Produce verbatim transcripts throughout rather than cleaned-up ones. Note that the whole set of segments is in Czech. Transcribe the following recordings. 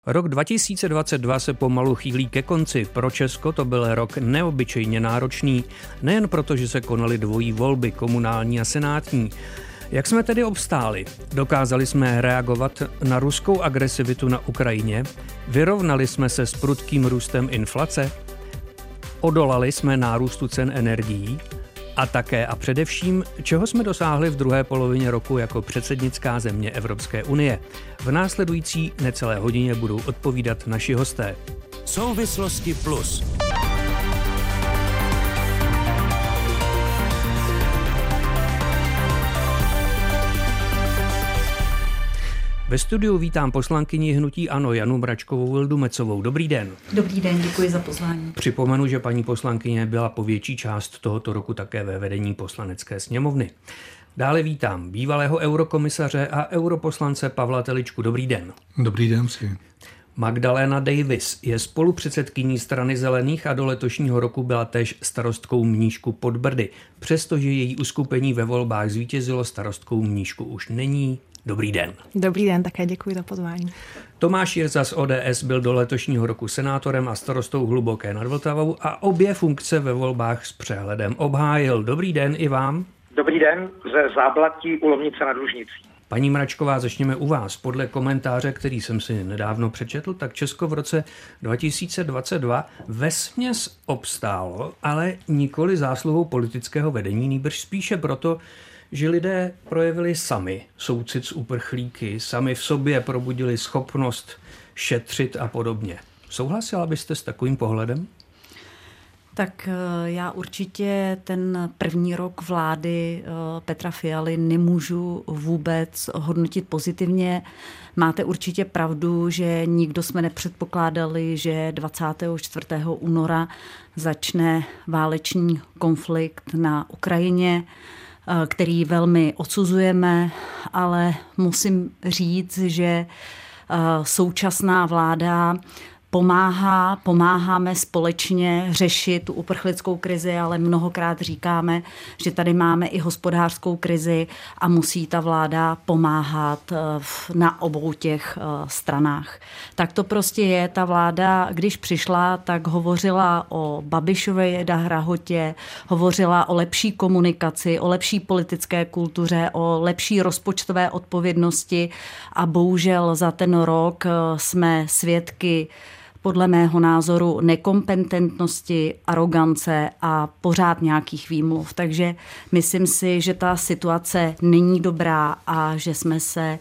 Rok dva tisíce dvacet dva se pomalu chýlí ke konci. Pro Česko to byl rok neobyčejně náročný, nejen proto, že se konaly dvojí volby, komunální a senátní. Jak jsme tedy obstáli? Dokázali jsme reagovat na ruskou agresivitu na Ukrajině? Vyrovnali jsme se s prudkým růstem inflace? Odolali jsme nárůstu cen energií? A také a především, čeho jsme dosáhli v druhé polovině roku jako předsednická země Evropské unie? V následující necelé hodině budou odpovídat naši hosté. Souvislosti plus. Ve studiu vítám poslankyni hnutí ANO Janu Mračkovou Vildumetzovou. Dobrý den. Dobrý den, děkuji za pozvání. Připomenu, že paní poslankyně byla po větší část tohoto roku také ve vedení Poslanecké sněmovny. Dále vítám bývalého eurokomisaře a europoslance Pavla Teličku. Dobrý den. Dobrý den si. Magdalena Davis je spolupředsedkyní Strany zelených a do letošního roku byla též starostkou Mníšku pod Brdy. Přestože její uskupení ve volbách zvítězilo, starostkou Mníšku už není. Dobrý den. Dobrý den, také děkuji za pozvání. Tomáš Jirsa z O D S byl do letošního roku senátorem a starostou Hluboké nad Vltavou a obě funkce ve volbách s přehledem obhájil. Dobrý den i vám. Dobrý den ze Záblatí u Lomnice nad Lužnicí. Paní Mračková, začněme u vás. Podle komentáře, který jsem si nedávno přečetl, tak Česko v roce dva tisíce dvacet dva vesměs obstálo, ale nikoli zásluhou politického vedení, nýbrž spíše proto, že lidé projevili sami soucit s uprchlíky, sami v sobě probudili schopnost šetřit a podobně. Souhlasila byste s takovým pohledem? Tak já určitě ten první rok vlády Petra Fialy nemůžu vůbec hodnotit pozitivně. Máte určitě pravdu, že nikdo jsme nepředpokládali, že dvacátého čtvrtého února začne válečný konflikt na Ukrajině, který velmi odsuzujeme, ale musím říct, že současná vláda pomáhá, pomáháme společně řešit tu uprchlickou krizi, ale mnohokrát říkáme, že tady máme i hospodářskou krizi a musí ta vláda pomáhat na obou těch stranách. Tak to prostě je. Ta vláda, když přišla, tak hovořila o Babišově drahotě, hovořila o lepší komunikaci, o lepší politické kultuře, o lepší rozpočtové odpovědnosti a bohužel za ten rok jsme svědky podle mého názoru nekompetentnosti, arogance a pořád nějakých výmluv. Takže myslím si, že ta situace není dobrá a že jsme se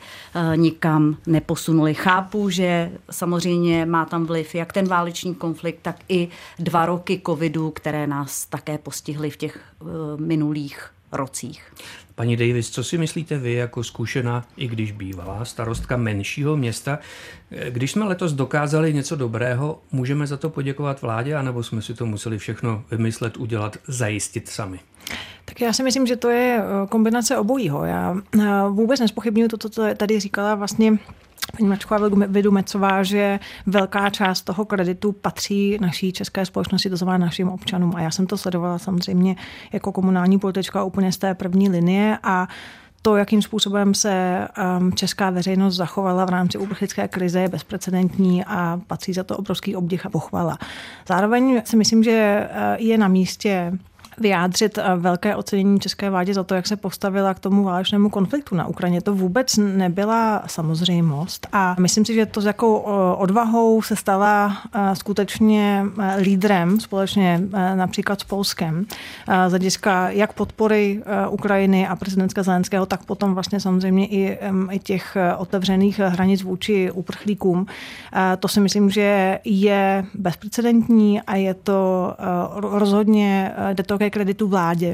nikam neposunuli. Chápu, že samozřejmě má tam vliv jak ten válečný konflikt, tak i dva roky covidu, které nás také postihly v těch minulých rocích. Paní Davis, co si myslíte vy jako zkušená, i když bývalá starostka menšího města? Když jsme letos dokázali něco dobrého, můžeme za to poděkovat vládě, anebo jsme si to museli všechno vymyslet, udělat, zajistit sami? Tak já si myslím, že to je kombinace obojího. Já vůbec nespochybnuju to, co tady říkala vlastně paní Mračková Vildumetzová, že velká část toho kreditu patří naší české společnosti, to znamená našim občanům. A já jsem to sledovala samozřejmě jako komunální politička úplně z té první linie a to, jakým způsobem se česká veřejnost zachovala v rámci uprchlické krize, je bezprecedentní a patří za to obrovský obdiv a pochvala. Zároveň si myslím, že je na místě vyjádřit velké ocenění české vládě za to, jak se postavila k tomu válečnému konfliktu na Ukrajině. To vůbec nebyla samozřejmost a myslím si, že to s jakou odvahou se stala skutečně lídrem společně například s Polskem z hlediska jak podpory Ukrajiny a prezidenta Zelenského, tak potom vlastně samozřejmě i, i těch otevřených hranic vůči uprchlíkům. To si myslím, že je bezprecedentní a je to rozhodně jde to ke kreditu vládě.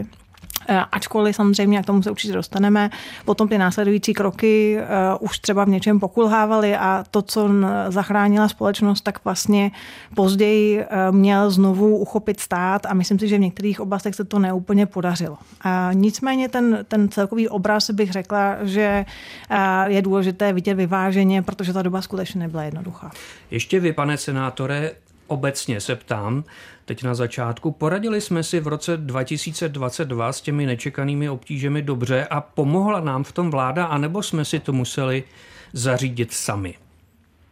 Ačkoliv samozřejmě, k tomu se určitě dostaneme, potom ty následující kroky uh, už třeba v něčem pokulhávaly a to, co zachránila společnost, tak vlastně později uh, měl znovu uchopit stát a myslím si, že v některých oblastech se to neúplně podařilo. A nicméně ten, ten celkový obraz bych řekla, že uh, je důležité vidět vyváženě, protože ta doba skutečně nebyla jednoduchá. Ještě vy, pane senátore, obecně se ptám, teď na začátku, poradili jsme si v roce dva tisíce dvacet dva s těmi nečekanými obtížemi dobře a pomohla nám v tom vláda, anebo jsme si to museli zařídit sami?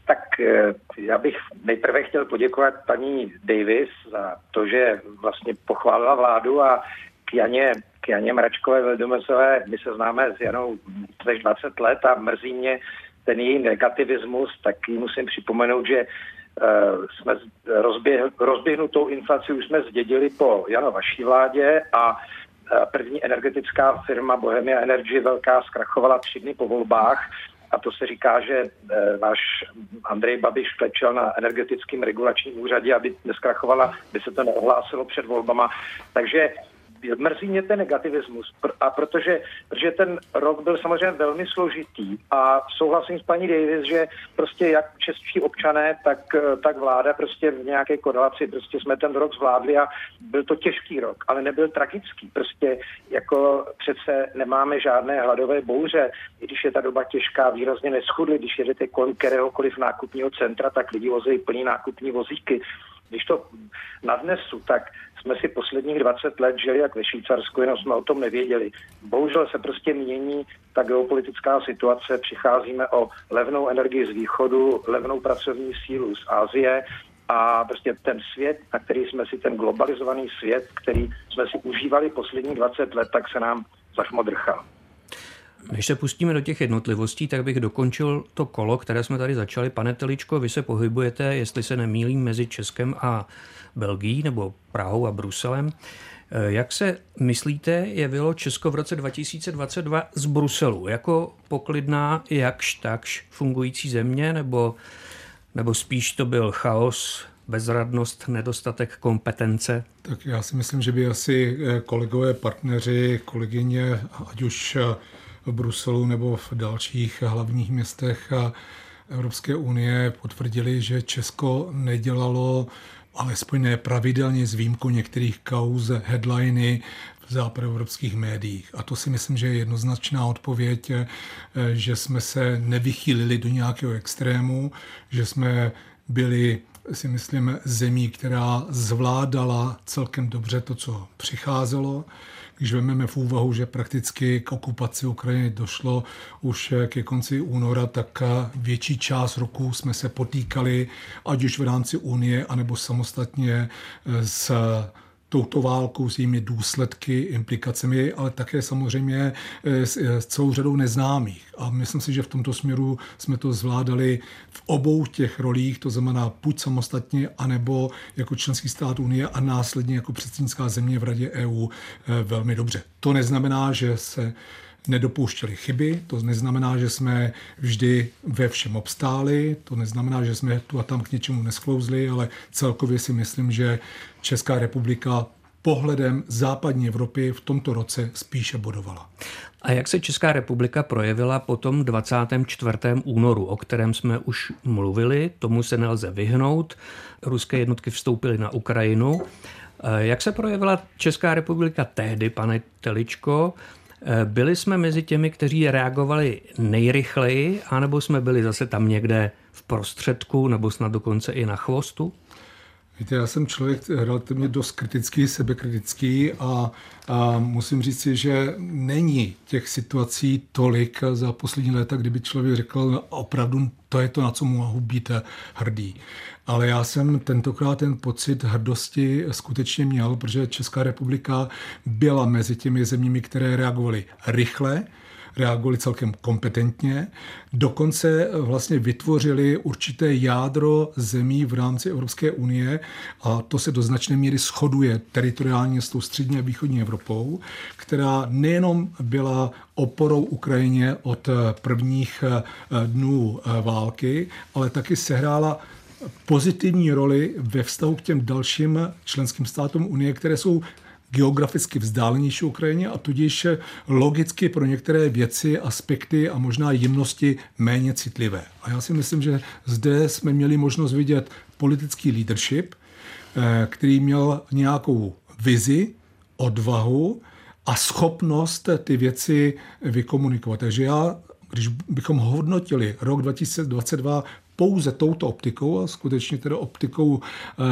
Tak já bych nejprve chtěl poděkovat paní Davis za to, že vlastně pochválila vládu, a k Janě, k Janě Mračkové Vildumetzové, my se známe s Janou než dvacet let a mrzí mě ten její negativismus, tak jí musím připomenout, že uh, jsme rozběh, rozběhnutou inflaci už jsme zdědili po Jano vaší vládě a uh, první energetická firma Bohemia Energy velká zkrachovala tři dny po volbách. A to se říká, že e, váš Andrej Babiš klečel na energetickém regulačním úřadě, aby neskrachovala, by se to neohlásilo před volbama. Takže mrzí mě ten negativismus. A protože, protože ten rok byl samozřejmě velmi složitý a souhlasím s paní Davis, že prostě jak čeští občané, tak, tak vláda prostě v nějaké korelaci prostě jsme ten rok zvládli a byl to těžký rok, ale nebyl tragický. Prostě jako přece nemáme žádné hladové bouře, i když je ta doba těžká, výrazně neschudli, když jedete kolem kteréhokoliv nákupního centra, tak lidi vozejí plný nákupní vozíky. Když to nadnesu, tak jsme si posledních dvacet let žili jak ve Švýcarsku, jenom jsme o tom nevěděli. Bohužel se prostě mění ta geopolitická situace, přicházíme o levnou energii z východu, levnou pracovní sílu z Asie a prostě ten svět, na který jsme si, ten globalizovaný svět, který jsme si užívali posledních dvacet let, tak se nám zašmodrchal. Než se pustíme do těch jednotlivostí, tak bych dokončil to kolo, které jsme tady začali. Pane Teličko, vy se pohybujete, jestli se nemýlím, mezi Českem a Belgií nebo Prahou a Bruselem. Jak se, myslíte, jevilo Česko v roce dva tisíce dvacet dva z Bruselu? Jako poklidná, jakž takž fungující země, nebo, nebo spíš to byl chaos, bezradnost, nedostatek kompetence? Tak já si myslím, že by asi kolegové, partneři, kolegyně, ať už v Bruselu nebo v dalších hlavních městech Evropské unie potvrdili, že Česko nedělalo, alespoň ne pravidelně, s výjimkou některých kauz, headliny v západoevropských médiích. A to si myslím, že je jednoznačná odpověď, že jsme se nevychýlili do nějakého extrému, že jsme byli, si myslím, zemí, která zvládala celkem dobře to, co přicházelo. Když vezmeme v úvahu, že prakticky k okupaci Ukrajiny došlo už ke konci února, tak větší část roku jsme se potýkali, ať už v rámci Unie, anebo samostatně s touto válkou, s jejími důsledky, implikacemi, ale také samozřejmě s, s celou řadou neznámých. A myslím si, že v tomto směru jsme to zvládali v obou těch rolích, to znamená buď samostatně, anebo jako členský stát Unie a následně jako předsednická země v Radě E U velmi dobře. To neznamená, že se nedopouštěli chyby, to neznamená, že jsme vždy ve všem obstáli, to neznamená, že jsme tu a tam k něčemu nesklouzli, ale celkově si myslím, že Česká republika pohledem západní Evropy v tomto roce spíše bodovala. A jak se Česká republika projevila po tom dvacátém čtvrtém únoru, o kterém jsme už mluvili, tomu se nelze vyhnout, ruské jednotky vstoupily na Ukrajinu. Jak se projevila Česká republika tehdy, pane Teličko? Byli jsme mezi těmi, kteří reagovali nejrychleji, anebo jsme byli zase tam někde v prostředku, nebo snad dokonce i na chvostu? Víte, já jsem člověk relativně dost kritický, sebekritický a, a musím říct si, že není těch situací tolik za poslední léta, kdyby člověk řekl, no, opravdu to je to, na co mohu být hrdý. Ale já jsem tentokrát ten pocit hrdosti skutečně měl, protože Česká republika byla mezi těmi zeměmi, které reagovaly rychle, reagovali celkem kompetentně, dokonce vlastně vytvořili určité jádro zemí v rámci Evropské unie a to se do značné míry shoduje teritoriálně s tou střední a východní Evropou, která nejenom byla oporou Ukrajině od prvních dnů války, ale taky sehrála pozitivní roli ve vztahu k těm dalším členským státům unie, které jsou geograficky vzdálenější Ukrajině a tudíž logicky pro některé věci, aspekty a možná jemnosti méně citlivé. A já si myslím, že zde jsme měli možnost vidět politický leadership, který měl nějakou vizi, odvahu a schopnost ty věci vykomunikovat. Takže já, když bychom hodnotili rok dva tisíce dvacet dva pouze touto optikou, a skutečně tedy optikou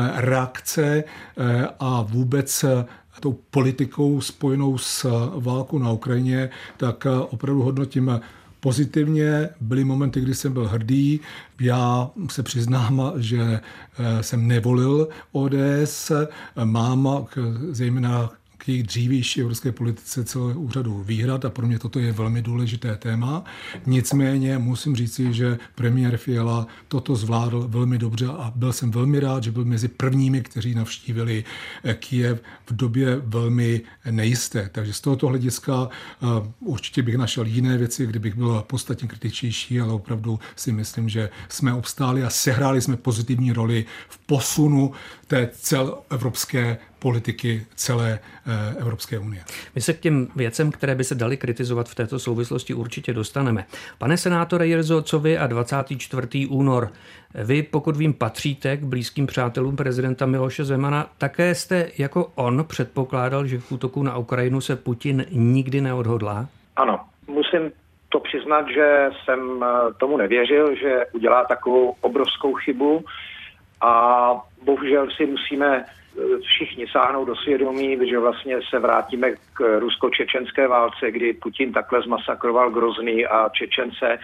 reakce a vůbec tou politikou spojenou s válkou na Ukrajině, tak opravdu hodnotím pozitivně. Byly momenty, kdy jsem byl hrdý. Já se přiznám, že jsem nevolil O D S. Mám zejména k jejich dřívější evropské politice celou řadu výhrad a pro mě toto je velmi důležité téma. Nicméně musím říci, že premiér Fiala toto zvládl velmi dobře a byl jsem velmi rád, že byl mezi prvními, kteří navštívili Kyjev v době velmi nejisté. Takže z tohoto hlediska určitě bych našel jiné věci, kdybych byl podstatně kritičtější, ale opravdu si myslím, že jsme obstáli a sehráli jsme pozitivní roli v posunu té celoevropské politiky celé Evropské unie. My se k těm věcem, které by se daly kritizovat v této souvislosti, určitě dostaneme. Pane senátore Jirzo, co vy a dvacátého čtvrtého února? Vy, pokud vím, patříte k blízkým přátelům prezidenta Miloše Zemana. Také jste jako on předpokládal, že k útoku na Ukrajinu se Putin nikdy neodhodlá? Ano, musím to přiznat, že jsem tomu nevěřil, že udělá takovou obrovskou chybu a bohužel si musíme všichni sáhnou do svědomí, že vlastně se vrátíme k rusko-čečenské válce, kdy Putin takhle zmasakroval Grozný a Čečence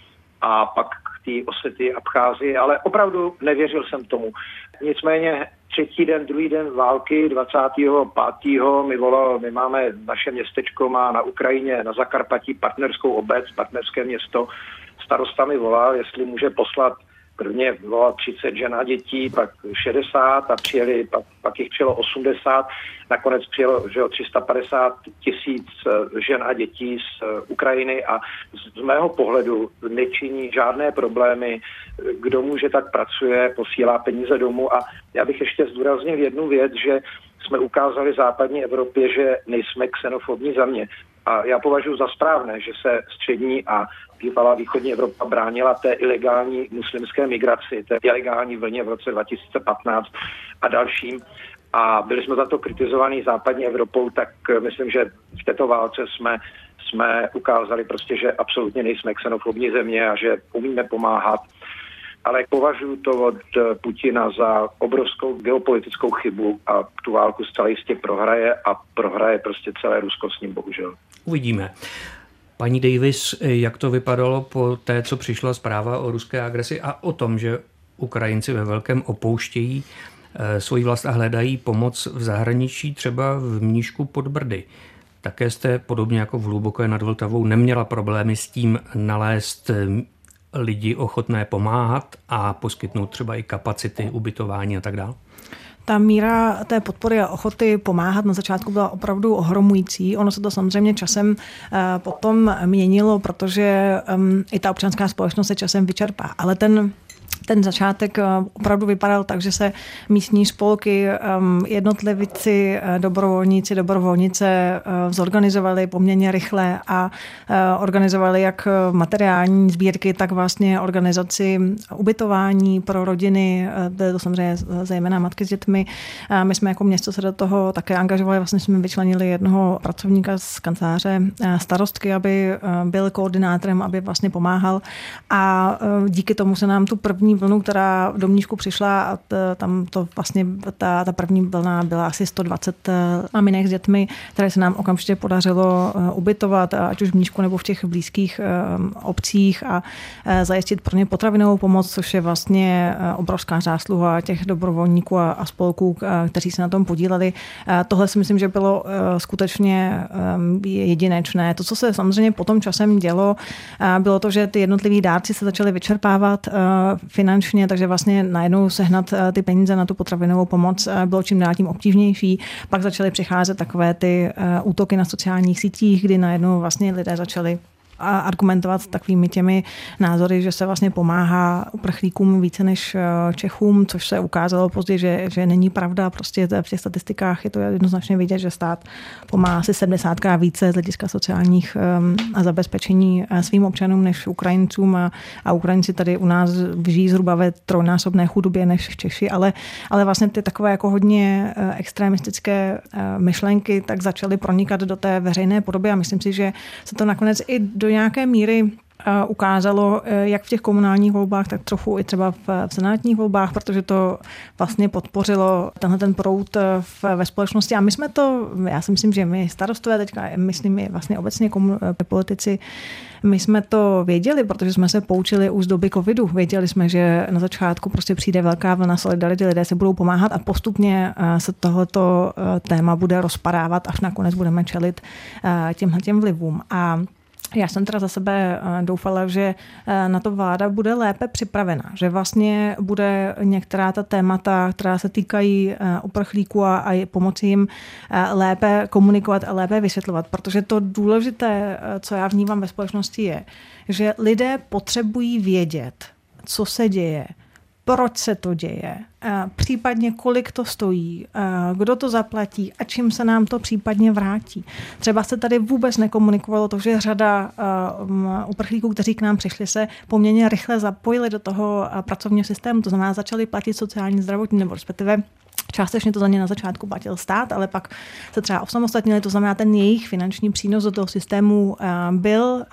a pak k té Osety Abcházii, ale opravdu nevěřil jsem tomu. Nicméně třetí den, druhý den války, dvacátého pátého my volal, my máme, naše městečko má na Ukrajině, na Zakarpatí partnerskou obec, partnerské město, starosta mi volal, jestli může poslat. Prvně bylo třicet žen a dětí, pak šedesát a přijeli, pak, pak jich přijelo osmdesát. Nakonec přijelo že tři sta padesát tisíc žen a dětí z Ukrajiny a z mého pohledu nečiní žádné problémy. Kdo může, tak pracuje, posílá peníze domů a já bych ještě zdůraznil jednu věc, že jsme ukázali západní Evropě, že nejsme xenofobní země. A já považuji za správné, že se střední a bývalá východní Evropa bránila té ilegální muslimské migraci, té ilegální vlně v roce dva tisíce patnáct a dalším. A byli jsme za to kritizovaní západní Evropou, tak myslím, že v této válce jsme, jsme ukázali prostě, že absolutně nejsme xenofobní země a že umíme pomáhat. Ale považuji to od Putina za obrovskou geopolitickou chybu a tu válku zcela jistě prohraje a prohraje prostě celé Rusko s ním, bohužel. Uvidíme. Paní Davis, jak to vypadalo po té, co přišla zpráva o ruské agresi a o tom, že Ukrajinci ve velkém opouštějí svoji vlast a hledají pomoc v zahraničí, třeba v Mníšku pod Brdy. Také jste, podobně jako v Hluboké nad Vltavou, neměla problémy s tím nalézt lidi ochotné pomáhat a poskytnout třeba i kapacity, ubytování a tak dále? Ta míra té podpory a ochoty pomáhat na začátku byla opravdu ohromující. Ono se to samozřejmě časem potom měnilo, protože i ta občanská společnost se časem vyčerpá. Ale ten Ten začátek opravdu vypadal tak, že se místní spolky, jednotlivci, dobrovolníci, dobrovolnice zorganizovali poměrně rychle a organizovali jak materiální sbírky, tak vlastně organizaci ubytování pro rodiny, to samozřejmě zejména matky s dětmi. My jsme jako město se do toho také angažovali, vlastně jsme vyčlenili jednoho pracovníka z kanceláře starostky, aby byl koordinátorem, aby vlastně pomáhal a díky tomu se nám tu první vlnu, která do Mníšku přišla a t, tam to vlastně ta, ta první vlna byla asi sto dvacet maminek s dětmi, které se nám okamžitě podařilo ubytovat, ať už v Mníšku nebo v těch blízkých obcích a zajistit pro ně potravinovou pomoc, což je vlastně obrovská zásluha těch dobrovolníků a, a spolků, kteří se na tom podíleli. Tohle si myslím, že bylo skutečně jedinečné. To, co se samozřejmě potom časem dělo, bylo to, že ty jednotliví dárci se začali vyčerpávat finančně, takže vlastně najednou sehnat ty peníze na tu potravinovou pomoc bylo čím dál tím obtížnější. Pak začaly přicházet takové ty útoky na sociálních sítích, kdy najednou vlastně lidé začali a argumentovat takovými těmi názory, že se vlastně pomáhá uprchlíkům více než Čechům, což se ukázalo později, že, že není pravda. Prostě v těch statistikách je to jednoznačně vidět, že stát pomáhá asi sedmdesátkrát více z hlediska sociálních a zabezpečení svým občanům než Ukrajincům a, a Ukrajinci tady u nás žijí zhruba ve trojnásobné chudobě než Češi, ale, ale vlastně ty takové jako hodně extremistické myšlenky tak začaly pronikat do té veřejné podoby a myslím si, že se to nakonec i do nějaké míry ukázalo jak v těch komunálních volbách, tak trochu i třeba v, v senátních volbách, protože to vlastně podpořilo tenhle ten proud v, ve společnosti. A my jsme to, já si myslím, že my starostové teďka, myslím i vlastně obecně komu, politici, my jsme to věděli, protože jsme se poučili už z doby covidu. Věděli jsme, že na začátku prostě přijde velká vlna solidarity, lidé se budou pomáhat a postupně se tohoto téma bude rozpadávat, až nakonec budeme čelit těmhletěm vlivům. A já jsem teda za sebe doufala, že na to vláda bude lépe připravena, že vlastně bude některá ta témata, která se týkají uprchlíků a, a pomoci jim lépe komunikovat a lépe vysvětlovat, protože to důležité, co já vnímám ve společnosti je, že lidé potřebují vědět, co se děje, proč se to děje, případně kolik to stojí, kdo to zaplatí a čím se nám to případně vrátí. Třeba se tady vůbec nekomunikovalo to, že řada uprchlíků, kteří k nám přišli, se poměrně rychle zapojili do toho pracovního systému, to znamená začali platit sociální, zdravotní nebo respektive částečně to za ně na začátku platil stát, ale pak se třeba osamostatnili, to znamená, ten jejich finanční přínos do toho systému byl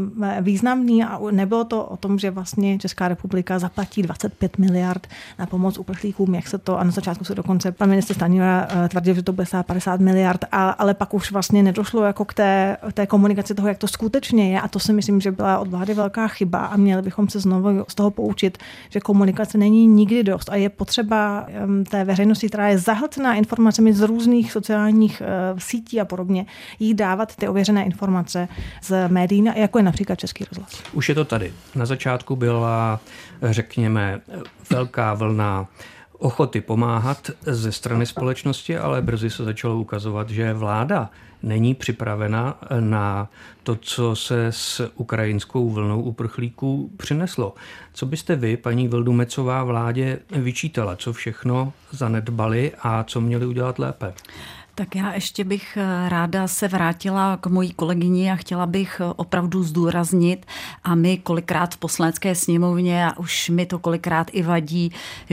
významný a nebylo to o tom, že vlastně Česká republika zaplatí dvacet pět miliard na pomoc uprchlíkům, jak se to, a na začátku se dokonce pan ministr Stanjura tvrdil, že to bude stát padesát miliard, a, ale pak už vlastně nedošlo jako k té, té komunikaci toho, jak to skutečně je, a to si myslím, že byla od vlády velká chyba a měli bychom se znovu z toho poučit, že komunikace není nikdy dost a je potřeba té veřejnosti, která je zahlcená informacemi z různých sociálních uh, sítí a podobně, jí dávat ty ověřené informace z médií, jako je například Český rozhlas. Už je to tady. Na začátku byla, řekněme, velká vlna ochoty pomáhat ze strany společnosti, ale brzy se začalo ukazovat, že vláda není připravena na to, co se s ukrajinskou vlnou uprchlíků přineslo. Co byste vy, paní Vildumetzová, vládě vyčítala? Co všechno zanedbali a co měli udělat lépe? Tak já ještě bych ráda se vrátila k mojí kolegyni a chtěla bych opravdu zdůraznit, a my kolikrát v Poslanecké sněmovně, a už mi to kolikrát i vadí,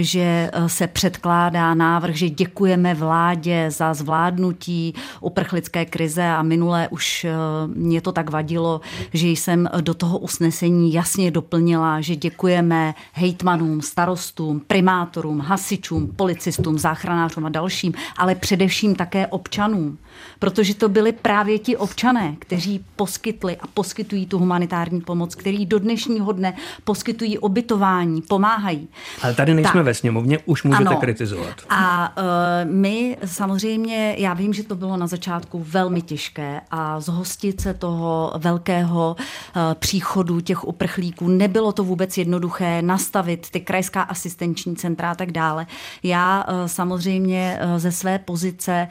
že se předkládá návrh, že děkujeme vládě za zvládnutí uprchlické krize, a minule už mě to tak vadilo, že jsem do toho usnesení jasně doplnila, že děkujeme hejtmanům, starostům, primátorům, hasičům, policistům, záchranářům a dalším, ale především také občanům, protože to byli právě ti občané, kteří poskytli a poskytují tu humanitární pomoc, kteří do dnešního dne poskytují ubytování, pomáhají. Ale tady nejsme tak ve sněmovně, už můžete ano. kritizovat. A uh, my samozřejmě, já vím, že to bylo na začátku velmi těžké a zhostit se toho velkého uh, příchodu těch uprchlíků, nebylo to vůbec jednoduché nastavit ty krajská asistenční centra a tak dále. Já uh, samozřejmě uh, ze své pozice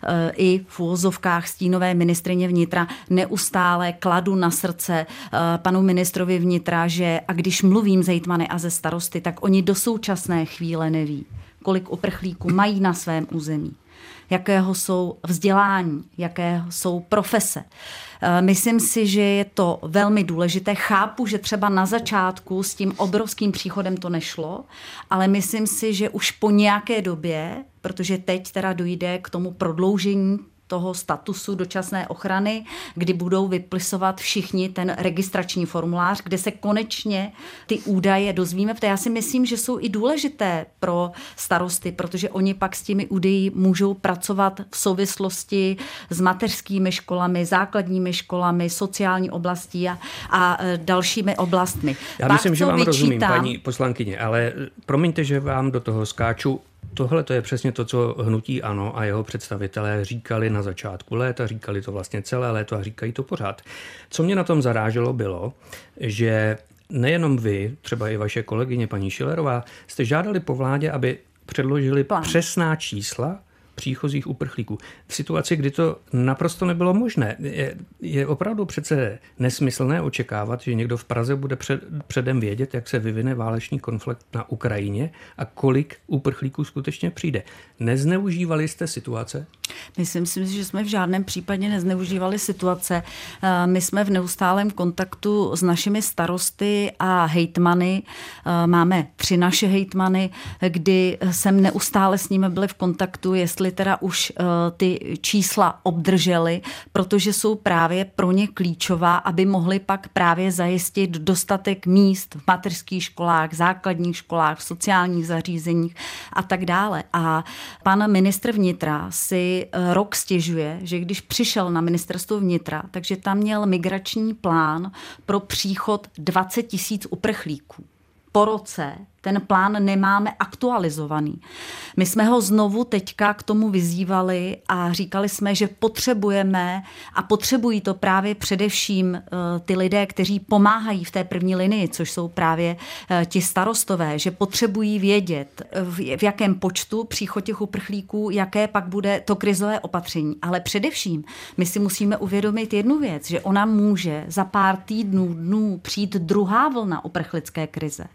i v uvozovkách stínové ministryně vnitra neustále kladu na srdce panu ministrovi vnitra, že a když mluvím s hejtmany a ze starosty, tak oni do současné chvíle neví, kolik uprchlíků mají na svém území, jakého jsou vzdělání, jaké jsou profese. Myslím si, že je to velmi důležité. Chápu, že třeba na začátku s tím obrovským příchodem to nešlo, ale myslím si, že už po nějaké době, protože teď teda dojde k tomu prodloužení toho statusu dočasné ochrany, kdy budou vypisovat všichni ten registrační formulář, kde se konečně ty údaje dozvíme. Protože já si myslím, že jsou i důležité pro starosty, protože oni pak s těmi údaji můžou pracovat v souvislosti s mateřskými školami, základními školami, sociální oblastí a, a dalšími oblastmi. Já pak, myslím, že vám vyčítám... rozumím, paní poslankyně, ale promiňte, že vám do toho skáču. Tohle to je přesně to, co hnutí ANO a jeho představitelé říkali na začátku léta, říkali to vlastně celé léto a říkají to pořád. Co mě na tom zaráželo bylo, že nejenom vy, třeba i vaše kolegyně paní Schillerová, jste žádali po vládě, aby předložili Plán. přesná čísla příchozích uprchlíků. V situaci, kdy to naprosto nebylo možné. Je, je opravdu přece nesmyslné očekávat, že někdo v Praze bude před, předem vědět, jak se vyvine válečný konflikt na Ukrajině a kolik uprchlíků skutečně přijde. Nezneužívali jste situace? Myslím si, že jsme v žádném případě nezneužívali situace. My jsme v neustálém kontaktu s našimi starosty a hejtmany. Máme tři naše hejtmany, kdy jsem neustále s nimi byli v kontaktu, jestli teda už ty čísla obdrželi, protože jsou právě pro ně klíčová, aby mohli pak právě zajistit dostatek míst v mateřských školách, základních školách, v sociálních zařízeních a tak dále. A pan ministr vnitra si rok stěžuje, že když přišel na ministerstvo vnitra, takže tam měl migrační plán pro příchod dvacet tisíc uprchlíků. Po roce ten plán nemáme aktualizovaný. My jsme ho znovu teďka k tomu vyzývali a říkali jsme, že potřebujeme a potřebují to právě především ty lidé, kteří pomáhají v té první linii, což jsou právě ti starostové, že potřebují vědět, v jakém počtu příchod těch uprchlíků, jaké pak bude to krizové opatření. Ale především my si musíme uvědomit jednu věc, že ona může za pár týdnů, dnů přijít druhá vlna uprchlické krize.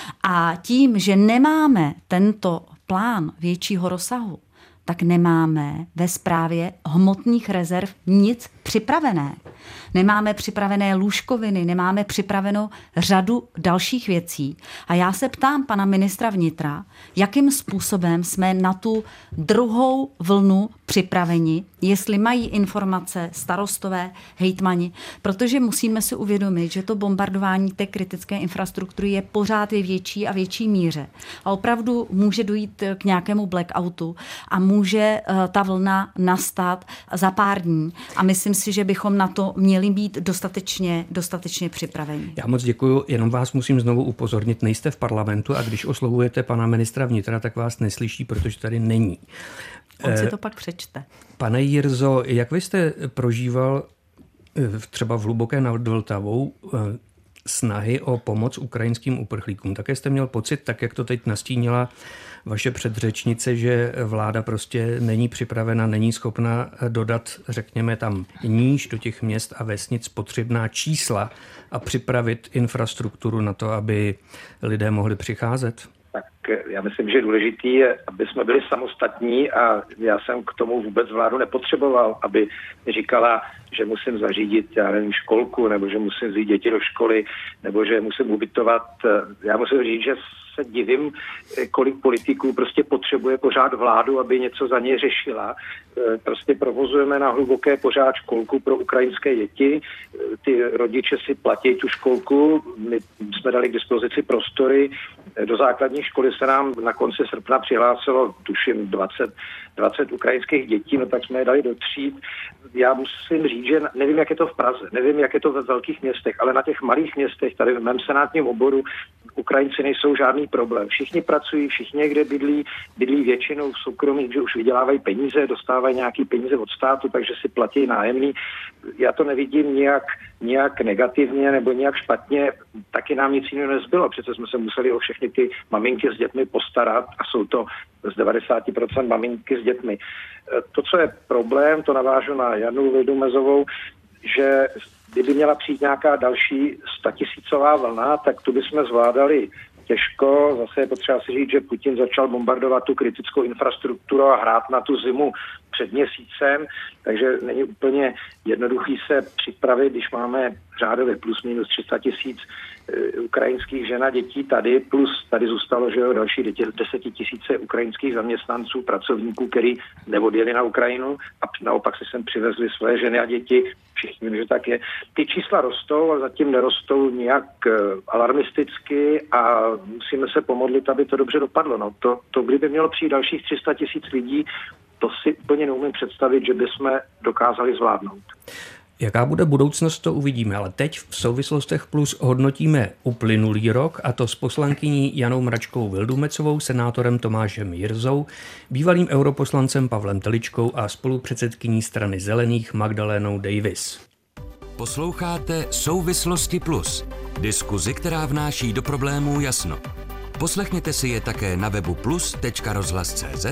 A tím, že nemáme tento plán většího rozsahu, tak nemáme ve správě hmotných rezerv nic připravené. Nemáme připravené lůžkoviny, nemáme připravenou řadu dalších věcí. A já se ptám pana ministra vnitra, jakým způsobem jsme na tu druhou vlnu připraveni, jestli mají informace starostové, hejtmani, protože musíme si uvědomit, že to bombardování té kritické infrastruktury je pořád ve větší a větší míře. A opravdu může dojít k nějakému blackoutu a může ta vlna nastat za pár dní. A myslím si, že bychom na to měli být dostatečně, dostatečně připraveni. Já moc děkuju, jenom vás musím znovu upozornit, nejste v parlamentu a když oslovujete pana ministra vnitra, tak vás neslyší, protože tady není. On si to pak přečte. Pane Jirzo, jak vy jste prožíval třeba v Hluboké nad Vltavou snahy o pomoc ukrajinským uprchlíkům? Také jste měl pocit, tak jak to teď nastínila vaše předřečnice, že vláda prostě není připravena, není schopna dodat, řekněme, tam níž do těch měst a vesnic potřebná čísla a připravit infrastrukturu na to, aby lidé mohli přicházet? Tak já myslím, že důležitý je, aby jsme byli samostatní a já jsem k tomu vůbec vládu nepotřeboval, aby říkala, že musím zařídit, já nevím, školku, nebo že musím vzít děti do školy, nebo že musím ubytovat. Já musím říct, že se divím, kolik politiků prostě potřebuje pořád vládu, aby něco za ně řešila. Prostě provozujeme na Hluboké pořád školku pro ukrajinské děti. Ty rodiče si platí tu školku. My jsme dali k dispozici prostory. Do základní školy se nám na konci srpna přihlásilo, tuším, dvacet, dvacet ukrajinských dětí, no tak jsme je dali do tříd. Já musím říct, že nevím, jak je to v Praze, nevím, jak je to ve velkých městech, ale na těch malých městech, tady v mém senátním oboru, Ukrajinci nejsou žádný problém. Všichni pracují, všichni někde bydlí, bydlí většinou v soukromí, že už vydělávají peníze, dostávají nějaký peníze od státu, takže si platí nájemný. Já to nevidím nijak, nijak negativně nebo nijak špatně, taky nám nic jiného nezbylo. Přece jsme se museli o všechny ty maminky s dětmi postarat a jsou to z devadesát procent maminky s dětmi. To, co je problém, to navážu na Janu Vildumetzovou, že kdyby měla přijít nějaká další statisícová vlna, tak tu bychom zvládali těžko. Zase je potřeba si říct, že Putin začal bombardovat tu kritickou infrastrukturu a hrát na tu zimu před měsícem, takže není úplně jednoduchý se připravit, když máme řádově plus minus tři sta tisíc ukrajinských žen a dětí tady, plus tady zůstalo, že jo, další desetitisíce ukrajinských zaměstnanců, pracovníků, který neodjeli na Ukrajinu a naopak se sem přivezli své ženy a děti. Všichni vím, že tak je. Ty čísla rostou, ale zatím nerostou nijak alarmisticky a musíme se pomodlit, aby to dobře dopadlo. No, to, to kdyby mělo přijít dalších tři sta tisíc lidí, to si úplně neumím představit, že bychom dokázali zvládnout. Jaká bude budoucnost, to uvidíme, ale teď v Souvislostech Plus hodnotíme uplynulý rok, a to s poslankyní Janou Mračkovou Vildumetzovou, senátorem Tomášem Jirzou, bývalým europoslancem Pavlem Teličkou a spolupředsedkyní strany Zelených Magdalénou Davis. Posloucháte Souvislosti Plus, diskuzi, která vnáší do problémů jasno. Poslechněte si je také na webu plus tečka rozhlas tečka cé zet,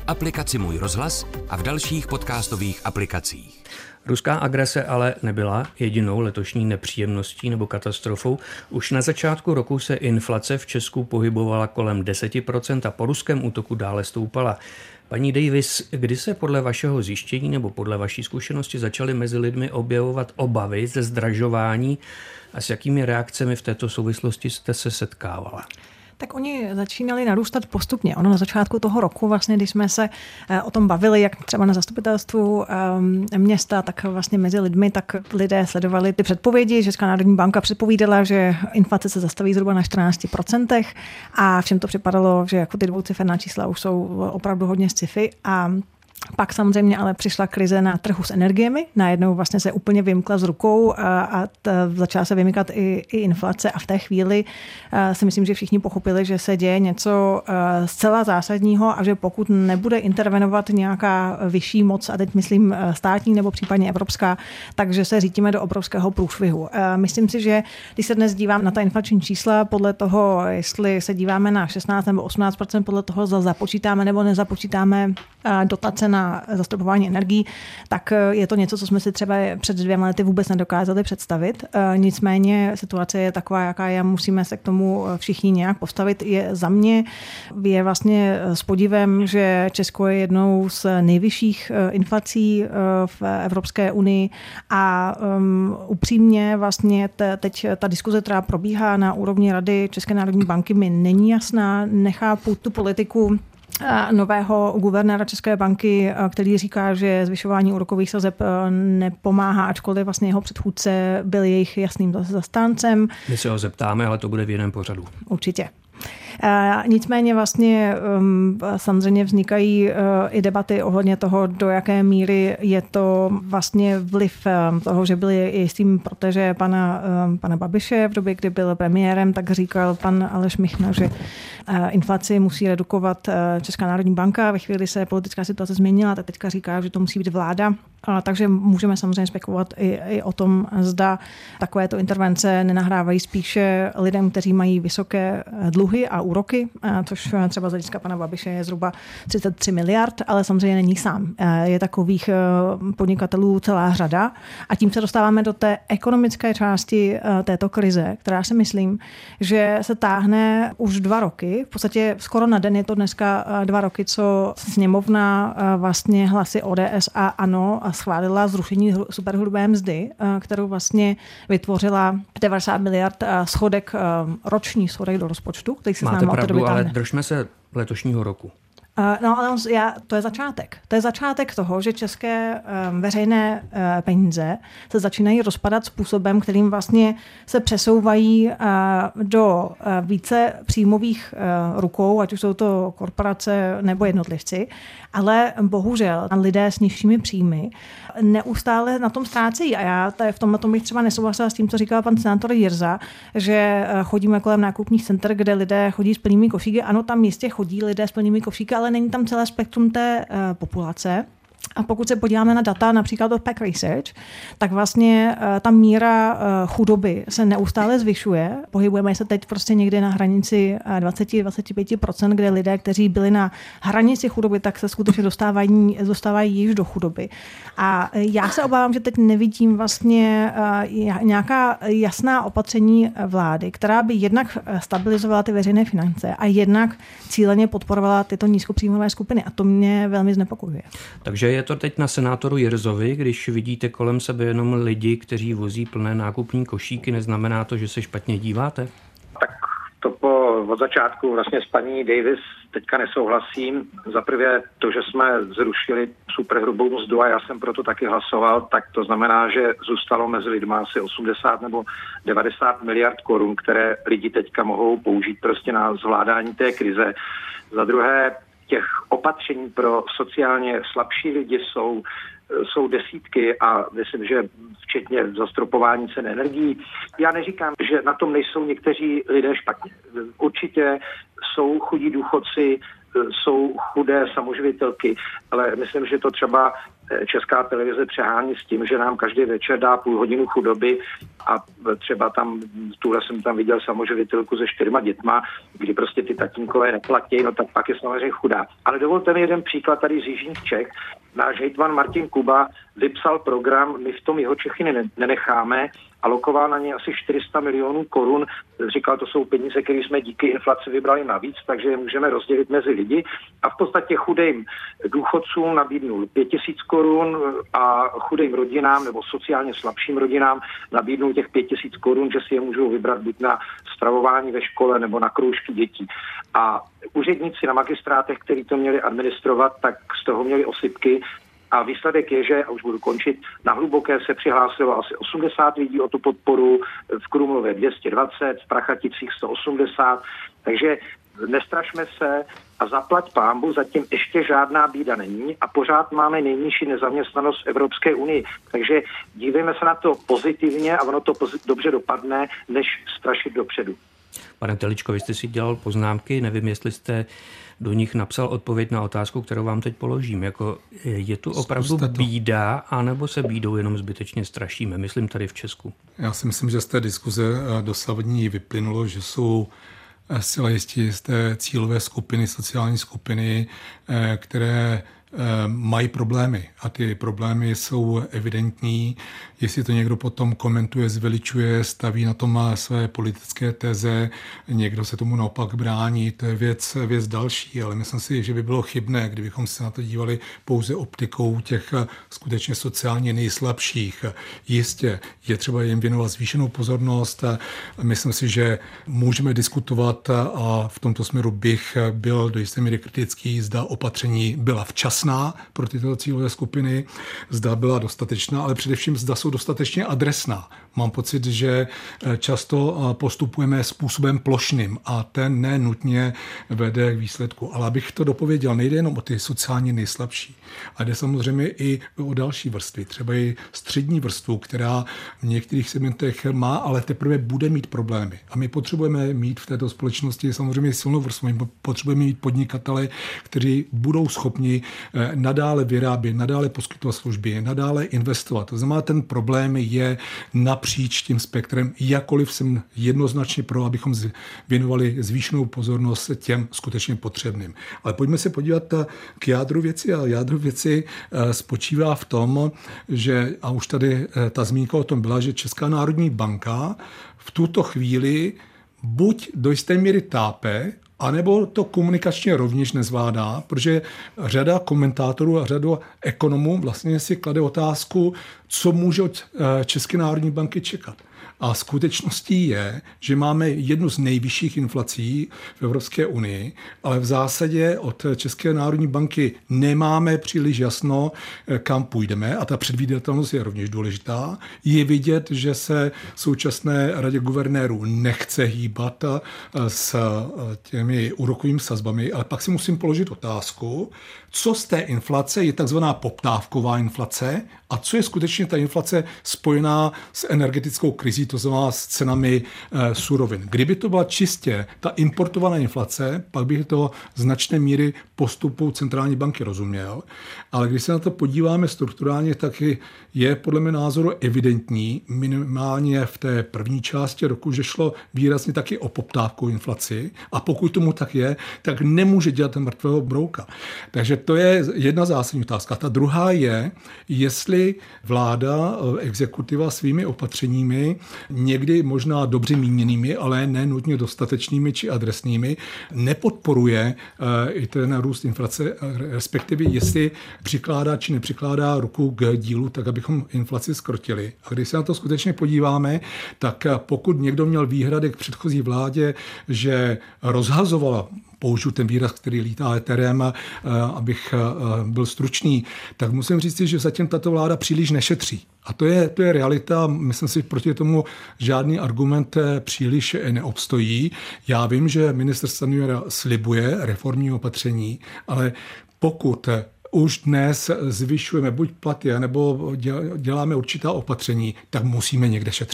v aplikaci Můj rozhlas a v dalších podcastových aplikacích. Ruská agrese ale nebyla jedinou letošní nepříjemností nebo katastrofou. Už na začátku roku se inflace v Česku pohybovala kolem deset procent a po ruském útoku dále stoupala. Paní Davis, kdy se podle vašeho zjištění nebo podle vaší zkušenosti začaly mezi lidmi objevovat obavy ze zdražování a s jakými reakcemi v této souvislosti jste se setkávala? Tak oni začínali narůstat postupně. Ono na začátku toho roku, vlastně, když jsme se o tom bavili, jak třeba na zastupitelstvu města, tak vlastně mezi lidmi, tak lidé sledovali ty předpovědi. Česká národní banka předpovídala, že inflace se zastaví zhruba na čtrnáct procent a všem to připadalo, že jako ty dvouciferná čísla už jsou opravdu hodně sci-fi a pak samozřejmě ale přišla krize na trhu s energiemi. Najednou vlastně se úplně vymkla z rukou a, a t, začala se vymykat i, i inflace a v té chvíli a, si myslím, že všichni pochopili, že se děje něco a, zcela zásadního a že pokud nebude intervenovat nějaká vyšší moc, a teď myslím státní nebo případně evropská, takže se řítíme do obrovského průšvihu. A myslím si, že když se dnes dívám na ta inflační čísla, podle toho, jestli se díváme na šestnáct nebo osmnáct procent, podle toho, zda započítáme nebo nezapočítáme dotace na zastropování energií, tak je to něco, co jsme si třeba před dvěma lety vůbec nedokázali představit. Nicméně situace je taková, jaká je, musíme se k tomu všichni nějak postavit. Je za mě je vlastně s podivem, že Česko je jednou z nejvyšších inflací v Evropské unii a um, upřímně vlastně te, teď ta diskuze, která probíhá na úrovni Rady České národní banky, mi není jasná, nechápu tu politiku nového guvernéra České banky, který říká, že zvyšování úrokových sazeb nepomáhá, ačkoliv vlastně jeho předchůdce byl jejich jasným zastáncem. My se ho zeptáme, ale to bude v jiném pořadu. Určitě. Nicméně vlastně samozřejmě vznikají i debaty ohledně toho, do jaké míry je to vlastně vliv toho, že byl jistým proteže pana, pana Babiše v době, kdy byl premiérem, tak říkal pan Aleš Michna, že inflaci musí redukovat Česká národní banka. Ve chvíli se politická situace změnila, tak teďka říká, že to musí být vláda. Takže můžeme samozřejmě spekulovat i, i o tom, zda takovéto intervence nenahrávají spíše lidem, kteří mají vysoké dluhy a úroky, což třeba z hlediska pana Babiše je zhruba třicet tři miliard, ale samozřejmě není sám. Je takových podnikatelů celá řada a tím se dostáváme do té ekonomické části této krize, která si myslím, že se táhne už dva roky. V podstatě skoro na den je to dneska dva roky, co sněmovna vlastně hlasy O D S a ANO schválila zrušení superhrubé mzdy, kterou vlastně vytvořila devadesát miliard schodek, roční schodek do rozpočtu, který se Máte pravdu, ale držme se letošního roku. No, ale on, já, to je začátek. To je začátek toho, že české um, veřejné uh, peníze se začínají rozpadat způsobem, kterým vlastně se přesouvají uh, do uh, více příjmových uh, rukou, ať už jsou to korporace nebo jednotlivci, ale bohužel lidé s nižšími příjmy neustále na tom ztrácejí. A já v tomhle tom bych třeba nesouhlasila s tím, co říkal pan senátor Jirsa, že chodíme kolem nákupních center, kde lidé chodí s plnými košíky. Ano, tam jistě chodí lidé s plnými košíky, ale není tam celé spektrum té uh, populace. A pokud se podíváme na data například od Pack Research, tak vlastně uh, ta míra uh, chudoby se neustále zvyšuje. Pohybujeme se teď prostě někde na hranici uh, dvacet až dvacet pět procent, kde lidé, kteří byli na hranici chudoby, tak se skutečně dostávají, dostávají již do chudoby. A já se obávám, že teď nevidím vlastně uh, nějaká jasná opatření vlády, která by jednak stabilizovala ty veřejné finance a jednak cíleně podporovala tyto nízkopříjmové skupiny. A to mě velmi znepokojuje. Takže je to teď na senátoru Jirsovi, když vidíte kolem sebe jenom lidi, kteří vozí plné nákupní košíky, neznamená to, že se špatně díváte? Tak to po, od začátku vlastně s paní Davis teďka nesouhlasím. Za prvé to, že jsme zrušili superhrubou mzdu a já jsem proto taky hlasoval, tak to znamená, že zůstalo mezi lidmi asi osmdesát nebo devadesát miliard korun, které lidi teďka mohou použít prostě na zvládání té krize. Za druhé, těch opatření pro sociálně slabší lidi jsou, jsou desítky a myslím, že včetně zastropování cen energií. Já neříkám, že na tom nejsou někteří lidé špatně. Určitě jsou chudí důchodci, jsou chudé samoživitelky, ale myslím, že to třeba Česká televize přehání s tím, že nám každý večer dá půl hodinu chudoby a třeba tam, tuhle jsem tam viděl samoživitelku se čtyřma dětma, kdy prostě ty tatínkové neplatí, no tak pak je samozřejmě chudá. Ale dovolte mi jeden příklad tady z jižních Čech. Náš hejtman Martin Kuba vypsal program My v tom Jihočechy nenecháme, alokoval na ně asi čtyři sta milionů korun. Říkal, to jsou peníze, které jsme díky inflaci vybrali navíc, takže je můžeme rozdělit mezi lidi. A v podstatě chudým důchodcům nabídnul pět tisíc korun a chudým rodinám nebo sociálně slabším rodinám nabídnul těch pět tisíc korun, že si je můžou vybrat buď na stravování ve škole nebo na kroužky dětí. A úředníci na magistrátech, kteří to měli administrovat, tak z toho měli osypky. A výsledek je, že, a už budu končit, na Hluboké se přihlásilo asi osmdesát lidí o tu podporu, v Krumlově dvě stě dvacet, v Prachaticích sto osmdesát, takže nestrašme se a zaplať pánbu, zatím ještě žádná bída není a pořád máme nejnižší nezaměstnanost v Evropské unii. Takže dívejme se na to pozitivně a ono to pozit- dobře dopadne, než strašit dopředu. Pane Teličko, vy jste si dělal poznámky, nevím, jestli jste do nich napsal odpověď na otázku, kterou vám teď položím. Jako, je tu opravdu bída, anebo se bídou jenom zbytečně strašíme? Myslím tady v Česku. Já si myslím, že z té diskuze dosavadní vyplynulo, že jsou zcela jistě z té cílové skupiny, sociální skupiny, které mají problémy a ty problémy jsou evidentní. Jestli to někdo potom komentuje, zveličuje, staví na tom své politické teze, někdo se tomu naopak brání, to je věc, věc další, ale myslím si, že by bylo chybné, kdybychom se na to dívali pouze optikou těch skutečně sociálně nejslabších. Jistě je třeba jim věnovat zvýšenou pozornost. Myslím si, že můžeme diskutovat a v tomto směru bych byl do jisté míry kritický, zda opatření byla včasná pro tyto cílové skupiny, zda byla dostatečná, ale především zda jsou dostatečně adresná. Mám pocit, že často postupujeme způsobem plošným a ten nenutně vede k výsledku. Ale abych to dopověděl, nejde jenom o ty sociálně nejslabší, ale jde samozřejmě i o další vrstvy, třeba i střední vrstvu, která v některých segmentech má, ale teprve bude mít problémy. A my potřebujeme mít v této společnosti samozřejmě silnou vrstvu. My potřebujeme mít podnikatele, kteří budou schopni nadále vyrábět, nadále poskytovat služby, nadále investovat. To znamená, ten problém je napříč tím spektrem, jakkoliv jsem jednoznačně pro, abychom věnovali zvýšenou pozornost těm skutečně potřebným. Ale pojďme se podívat k jádru věci a jádru věci spočívá v tom, že, a už tady ta zmínka o tom byla, že Česká národní banka v tuto chvíli buď do jisté míry tápe, anebo to komunikačně rovněž nezvládá, protože řada komentátorů a řada ekonomů vlastně si klade otázku, co může od České národní banky čekat. A skutečností je, že máme jednu z nejvyšších inflací v Evropské unii, ale v zásadě od České národní banky nemáme příliš jasno, kam půjdeme a ta předvídatelnost je rovněž důležitá. Je vidět, že se současné radě guvernérů nechce hýbat s těmi úrokovými sazbami, ale pak si musím položit otázku, co z té inflace je takzvaná poptávková inflace a co je skutečně ta inflace spojená s energetickou krizí, to znamená s cenami e, surovin. Kdyby to byla čistě ta importovaná inflace, pak bych to značné míry postupu centrální banky rozuměl, ale když se na to podíváme strukturálně, tak je podle mého názoru evidentní, minimálně v té první části roku, že šlo výrazně taky o poptávkovou inflaci a pokud tomu tak je, tak nemůže dělat mrtvého brouka. Takže to je jedna zásadní otázka. Ta druhá je, jestli vláda, exekutiva svými opatřeními, někdy možná dobře míněnými, ale ne nutně dostatečnými či adresnými, nepodporuje i ten růst inflace, respektive jestli přikládá či nepřikládá ruku k dílu, tak abychom inflaci zkrotili. A když se na to skutečně podíváme, tak pokud někdo měl výhrady k předchozí vládě, že rozhazovala, použiju ten výraz, který lítá éterem, abych byl stručný, tak musím říct, že zatím tato vláda příliš nešetří. A to je, to je realita. Myslím si, proti tomu žádný argument příliš neobstojí. Já vím, že ministr Stanjura slibuje reformní opatření, ale pokud už dnes zvyšujeme buď platy, nebo děláme určitá opatření, tak musíme někde šetřit.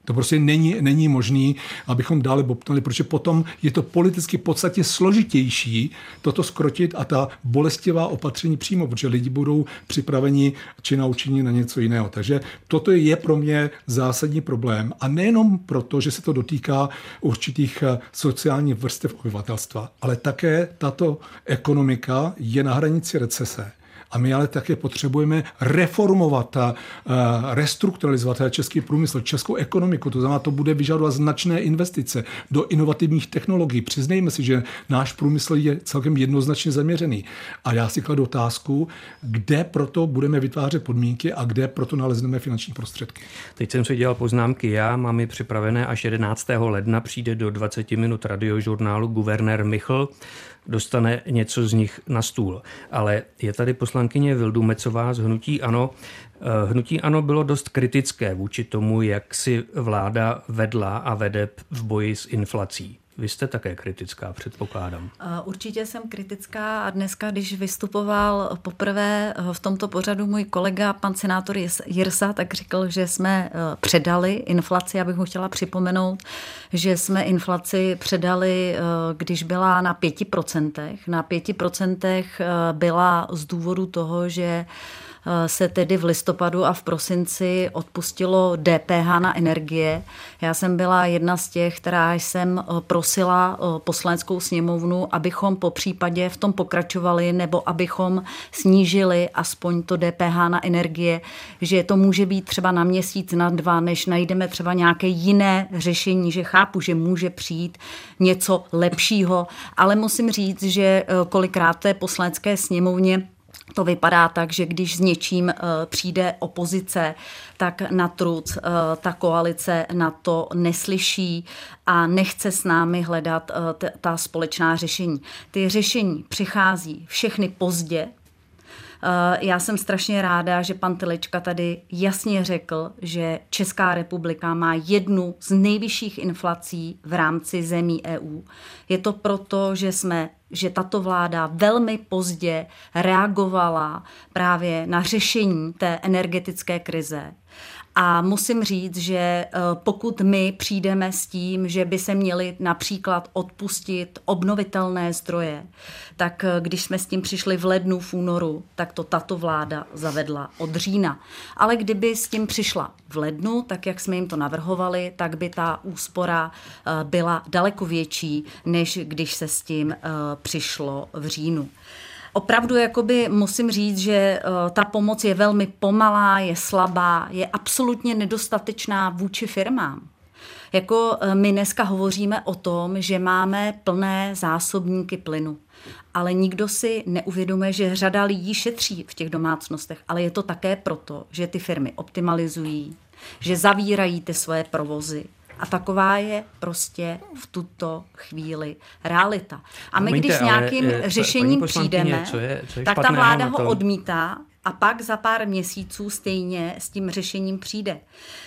To prostě není, není možný, abychom dále bobtnali, protože potom je to politicky podstatně složitější toto skrotit a ta bolestivá opatření přímo, protože lidi budou připraveni či naučení na něco jiného. Takže toto je pro mě zásadní problém. A nejenom proto, že se to dotýká určitých sociálních vrstev obyvatelstva, ale také tato ekonomika je na hranici recese. A my ale také potřebujeme reformovat a restrukturalizovat český průmysl, českou ekonomiku. To znamená, to bude vyžadovat značné investice do inovativních technologií. Přiznejme si, že náš průmysl je celkem jednoznačně zaměřený. A já si kladu otázku, kde proto budeme vytvářet podmínky a kde proto nalezneme finanční prostředky. Teď jsem si dělal poznámky já, mám je připravené, až jedenáctého ledna přijde do dvacet minut radiožurnálu guvernér Michl, dostane něco z nich na stůl. Ale je tady poslankyně Vildumetzová z Hnutí ANO. Hnutí ANO bylo dost kritické vůči tomu, jak si vláda vedla a vede v boji s inflací. Vy jste také kritická, předpokládám. Určitě jsem kritická a dneska, když vystupoval poprvé v tomto pořadu můj kolega, pan senátor Jirsa, tak řekl, že jsme předali inflaci. Já bych mu chtěla připomenout, že jsme inflaci předali, když byla na pěti procentech. Na pěti procentech byla z důvodu toho, že se tedy v listopadu a v prosinci odpustilo D P H na energie. Já jsem byla jedna z těch, která jsem prosila poslaneckou sněmovnu, abychom po případě v tom pokračovali nebo abychom snížili aspoň to D P H na energie, že to může být třeba na měsíc, na dva, než najdeme třeba nějaké jiné řešení, že chápu, že může přijít něco lepšího, ale musím říct, že kolikrát té poslanecké sněmovně to vypadá tak, že když s něčím přijde opozice, tak na truc ta koalice na to neslyší a nechce s námi hledat ta společná řešení. Ty řešení přichází všechny pozdě. Já jsem strašně ráda, že pan Telička tady jasně řekl, že Česká republika má jednu z nejvyšších inflací v rámci zemí E U. Je to proto, že jsme že tato vláda velmi pozdě reagovala právě na řešení té energetické krize. A musím říct, že pokud my přijdeme s tím, že by se měly například odpustit obnovitelné zdroje, tak když jsme s tím přišli v lednu, v únoru, tak to tato vláda zavedla od října. Ale kdyby s tím přišla v lednu, tak jak jsme jim to navrhovali, tak by ta úspora byla daleko větší, než když se s tím přišlo v říjnu. Opravdu jakoby musím říct, že ta pomoc je velmi pomalá, je slabá, je absolutně nedostatečná vůči firmám. Jako my dneska hovoříme o tom, že máme plné zásobníky plynu, ale nikdo si neuvědomuje, že řada lidí šetří v těch domácnostech, ale je to také proto, že ty firmy optimalizují, že zavírají ty svoje provozy. A taková je prostě v tuto chvíli realita. A my, Promiňte, když s nějakým ale, řešením přijdeme, co je, co je tak ta vláda ho odmítá a pak za pár měsíců stejně s tím řešením přijde.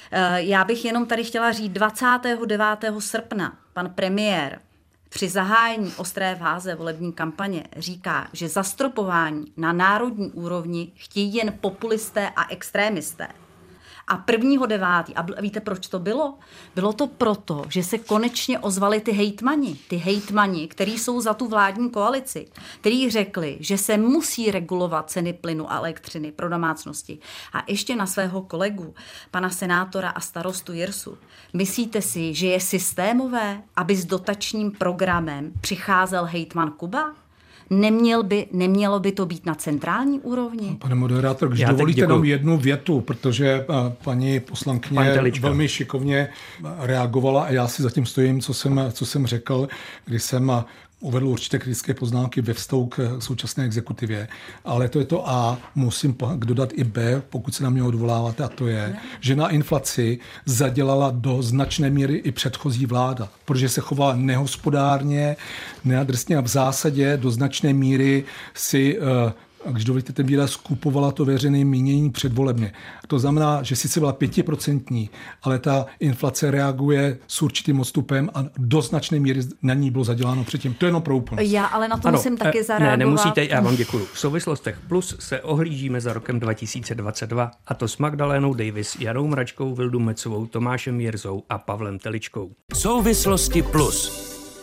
Já bych jenom tady chtěla říct, dvacátého devátého srpna pan premiér při zahájení ostré fáze volební kampaně říká, že zastropování na národní úrovni chtějí jen populisté a extrémisté. A prvního devátého A víte, proč to bylo? Bylo to proto, že se konečně ozvali ty hejtmani. Ty hejtmani, kteří jsou za tu vládní koalici, kteří řekli, že se musí regulovat ceny plynu a elektřiny pro domácnosti. A ještě na svého kolegu, pana senátora a starostu Jirsu. Myslíte si, že je systémové, aby s dotačním programem přicházel hejtman Kuba? Neměl by, nemělo by to být na centrální úrovni? Pane moderátor, když Já dovolíte jenom jednu větu, protože paní poslankyně velmi šikovně reagovala a já si zatím stojím, co jsem, co jsem řekl, když jsem uvedl určité kritické poznámky ve vztahu k současné exekutivě. Ale to je to A, musím dodat i B, pokud se na mě odvoláváte, a to je, ne. že na inflaci zadělala do značné míry i předchozí vláda, protože se chovala nehospodárně, neadresně a v zásadě do značné míry si uh, když dovolíte ten výraz, skupovala to veřejné mínění předvolebně. To znamená, že sice byla pětiprocentní, ale ta inflace reaguje s určitým odstupem a do značné míry na ní bylo zaděláno předtím. To je jenom pro úplnost. Já ale na to ano, musím taky eh, zareagovat. Ne, nemusíte, já vám děkuju. V souvislostech plus se ohlížíme za rokem dva tisíce dvacet dva, a to s Magdalénou Davis, Janou Mračkou Vildumecovou, Tomášem Jirzou a Pavlem Teličkou. Souvislosti plus.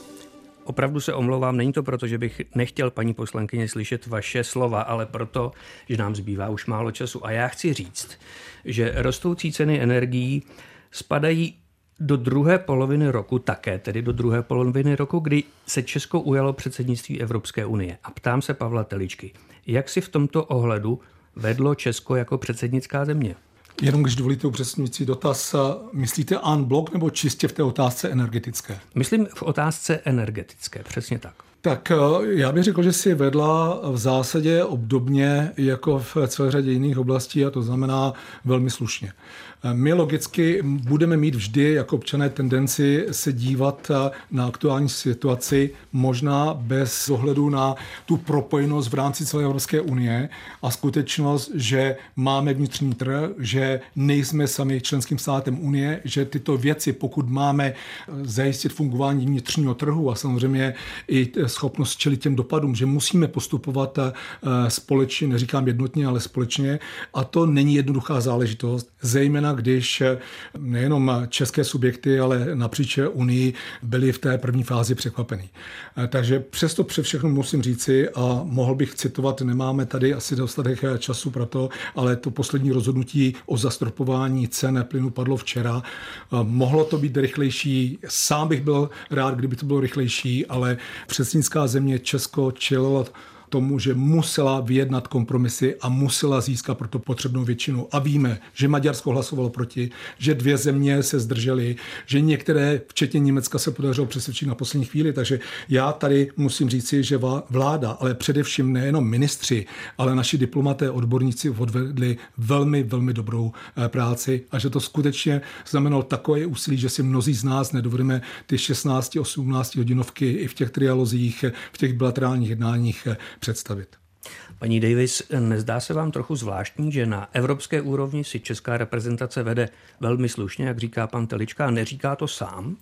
Opravdu se omlouvám, není to proto, že bych nechtěl, paní poslankyně, slyšet vaše slova, ale proto, že nám zbývá už málo času. A já chci říct, že rostoucí ceny energií spadají do druhé poloviny roku také, tedy do druhé poloviny roku, kdy se Česko ujalo předsednictví Evropské unie. A ptám se Pavla Teličky, jak si v tomto ohledu vedlo Česko jako předsednická země? Jenom když dovolíte upřesňující dotaz, myslíte en bloc nebo čistě v té otázce energetické? Myslím v otázce energetické, přesně tak. Tak já bych řekl, že si vedla v zásadě obdobně jako v celé řadě jiných oblastí, a to znamená velmi slušně. My logicky budeme mít vždy jako občané tendenci se dívat na aktuální situaci, možná bez ohledu na tu propojenost v rámci celé Evropské unie a skutečnost, že máme vnitřní trh, že nejsme sami členským státem unie, že tyto věci, pokud máme zajistit fungování vnitřního trhu a samozřejmě i schopnost čelit těm dopadům, že musíme postupovat společně, neříkám jednotně, ale společně, a to není jednoduchá záležitost, zejména když nejenom české subjekty, ale napříč Unii byly v té první fázi překvapený. Takže přesto pře všechno musím říci, a mohl bych citovat, nemáme tady asi dostatek času pro to, ale to poslední rozhodnutí o zastropování cen plynu padlo včera. Mohlo to být rychlejší, sám bych byl rád, kdyby to bylo rychlejší, ale předsednická země Česko čelilo tomu, že musela vyjednat kompromisy a musela získat pro to potřebnou většinu. A víme, že Maďarsko hlasovalo proti, že dvě země se zdržely, že některé, včetně Německa, se podařilo přesvědčit na poslední chvíli. Takže já tady musím říci, že vláda, ale především nejenom ministři, ale naši diplomaté, odborníci odvedli velmi, velmi dobrou práci a že to skutečně znamenalo takové úsilí, že si mnozí z nás nedovedeme ty šestnáct osmnáct hodinovky i v těch trialozích, v těch bilaterálních jednáních představit. Paní Davis, nezdá se vám trochu zvláštní, že na evropské úrovni si česká reprezentace vede velmi slušně, jak říká pan Telička, a neříká to sám?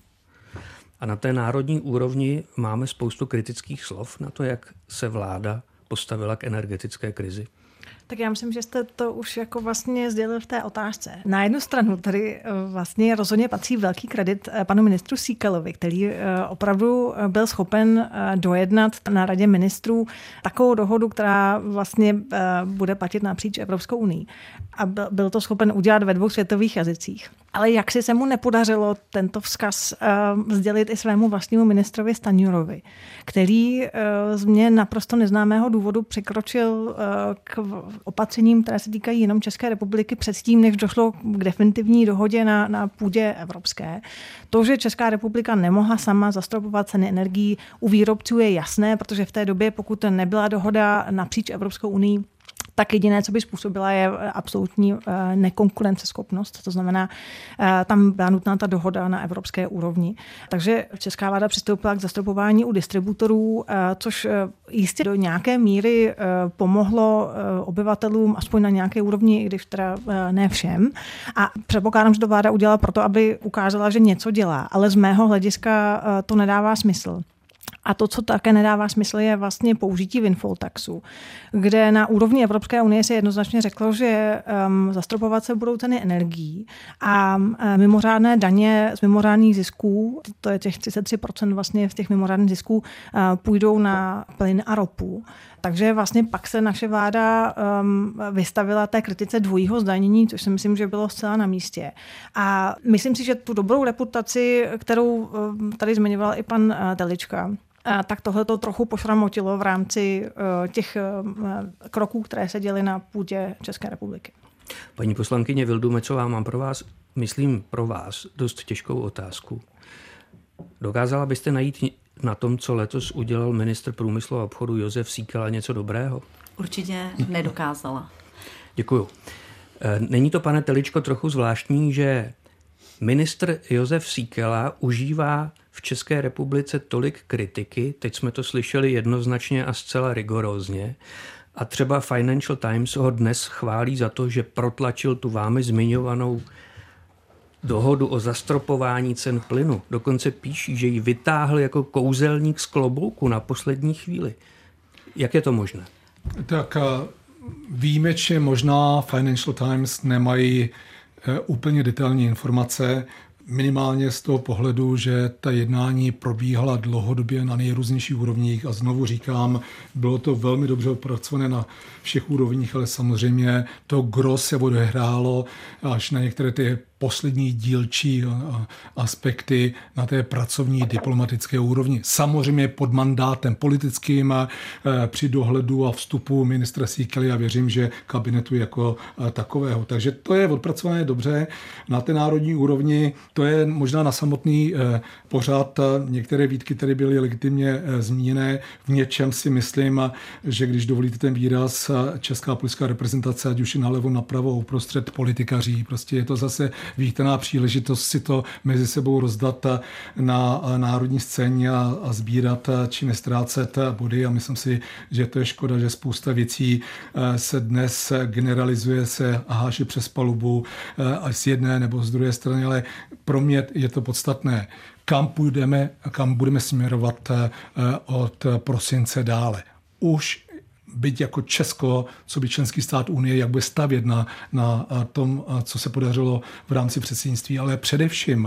A na té národní úrovni máme spoustu kritických slov na to, jak se vláda postavila k energetické krizi. Tak já myslím, že jste to už jako vlastně sdělil v té otázce. Na jednu stranu tady vlastně rozhodně patří velký kredit panu ministru Síkelovi, který opravdu byl schopen dojednat na radě ministrů takovou dohodu, která vlastně bude platit napříč Evropskou unii. A byl to schopen udělat ve dvou světových jazycích. Ale jak si se mu nepodařilo tento vzkaz uh, sdělit i svému vlastnímu ministrovi Stanjurovi, který uh, z mě naprosto neznámého důvodu překročil uh, k opatřením, které se týkají jenom České republiky předtím, než došlo k definitivní dohodě na, na půdě evropské. To, že Česká republika nemohla sama zastropovat ceny energií u výrobců, je jasné, protože v té době, pokud nebyla dohoda napříč Evropskou unii, tak jediné, co by způsobila, je absolutní nekonkurenceschopnost. To znamená, tam byla nutná ta dohoda na evropské úrovni. Takže česká vláda přistoupila k zastropování u distributorů, což jistě do nějaké míry pomohlo obyvatelům, aspoň na nějaké úrovni, i když teda ne všem. A předpokládám, že to vláda udělala proto, aby ukázala, že něco dělá. Ale z mého hlediska to nedává smysl. A to, co také nedává smysl, je vlastně použití windfall taxu, kde na úrovni Evropské unie se jednoznačně řeklo, že um, zastropovat se budou ceny energií a um, mimořádné daně z mimořádných zisků, to je těch třicet tři procent vlastně z těch mimořádných zisků, uh, půjdou na plyn a ropu. Takže vlastně pak se naše vláda um, vystavila té kritice dvojího zdanění, což si myslím, že bylo zcela na místě. A myslím si, že tu dobrou reputaci, kterou um, tady zmiňoval i pan uh, Telička, a tak tohle to trochu pošramotilo v rámci uh, těch uh, kroků, které se děly na půdě České republiky. Paní poslankyně Vildumecová, mám pro vás, myslím pro vás, dost těžkou otázku. Dokázala byste najít na tom, co letos udělal ministr průmyslu a obchodu Jozef Síkela, něco dobrého? Určitě nedokázala. Děkuju. Není to, pane Teličko, trochu zvláštní, že ministr Jozef Síkela užívá v České republice tolik kritiky, teď jsme to slyšeli jednoznačně a zcela rigorózně, A třeba Financial Times ho dnes chválí za to, že protlačil tu vámi zmiňovanou dohodu o zastropování cen plynu. Dokonce píší, že ji vytáhl jako kouzelník z klobouku na poslední chvíli. Jak je to možné? Tak výjimečně možná Financial Times nemají úplně detailní informace, minimálně z toho pohledu, že ta jednání probíhala dlouhodobě na nejrůznějších úrovních a znovu říkám, bylo to velmi dobře opracované na všech úrovních, ale samozřejmě to gros se odehrálo až na některé ty poslední dílčí aspekty na té pracovní diplomatické úrovni. Samozřejmě pod mandátem politickým a při dohledu a vstupu ministra Síkely a věřím, že kabinetu jako takového. Takže to je odpracované dobře. Na té národní úrovni to je možná na samotný pořad. Některé výtky tady byly legitimně zmíněné. V něčem si myslím, že když dovolíte ten výraz, česká politická reprezentace, ať už je nalevo, napravo, uprostřed politikaří, prostě je to zase vítaná příležitost si to mezi sebou rozdat na národní scéně a, a sbírat či nestrácet body a myslím si, že to je škoda, že spousta věcí se dnes generalizuje, se háže přes palubu až z jedné nebo z druhé strany, ale pro mě je to podstatné. Kam půjdeme a kam budeme směrovat od prosince dále. Už byť jako Česko, co by členský stát Unie, jak bude stavět na, na tom, co se podařilo v rámci předsednictví, ale především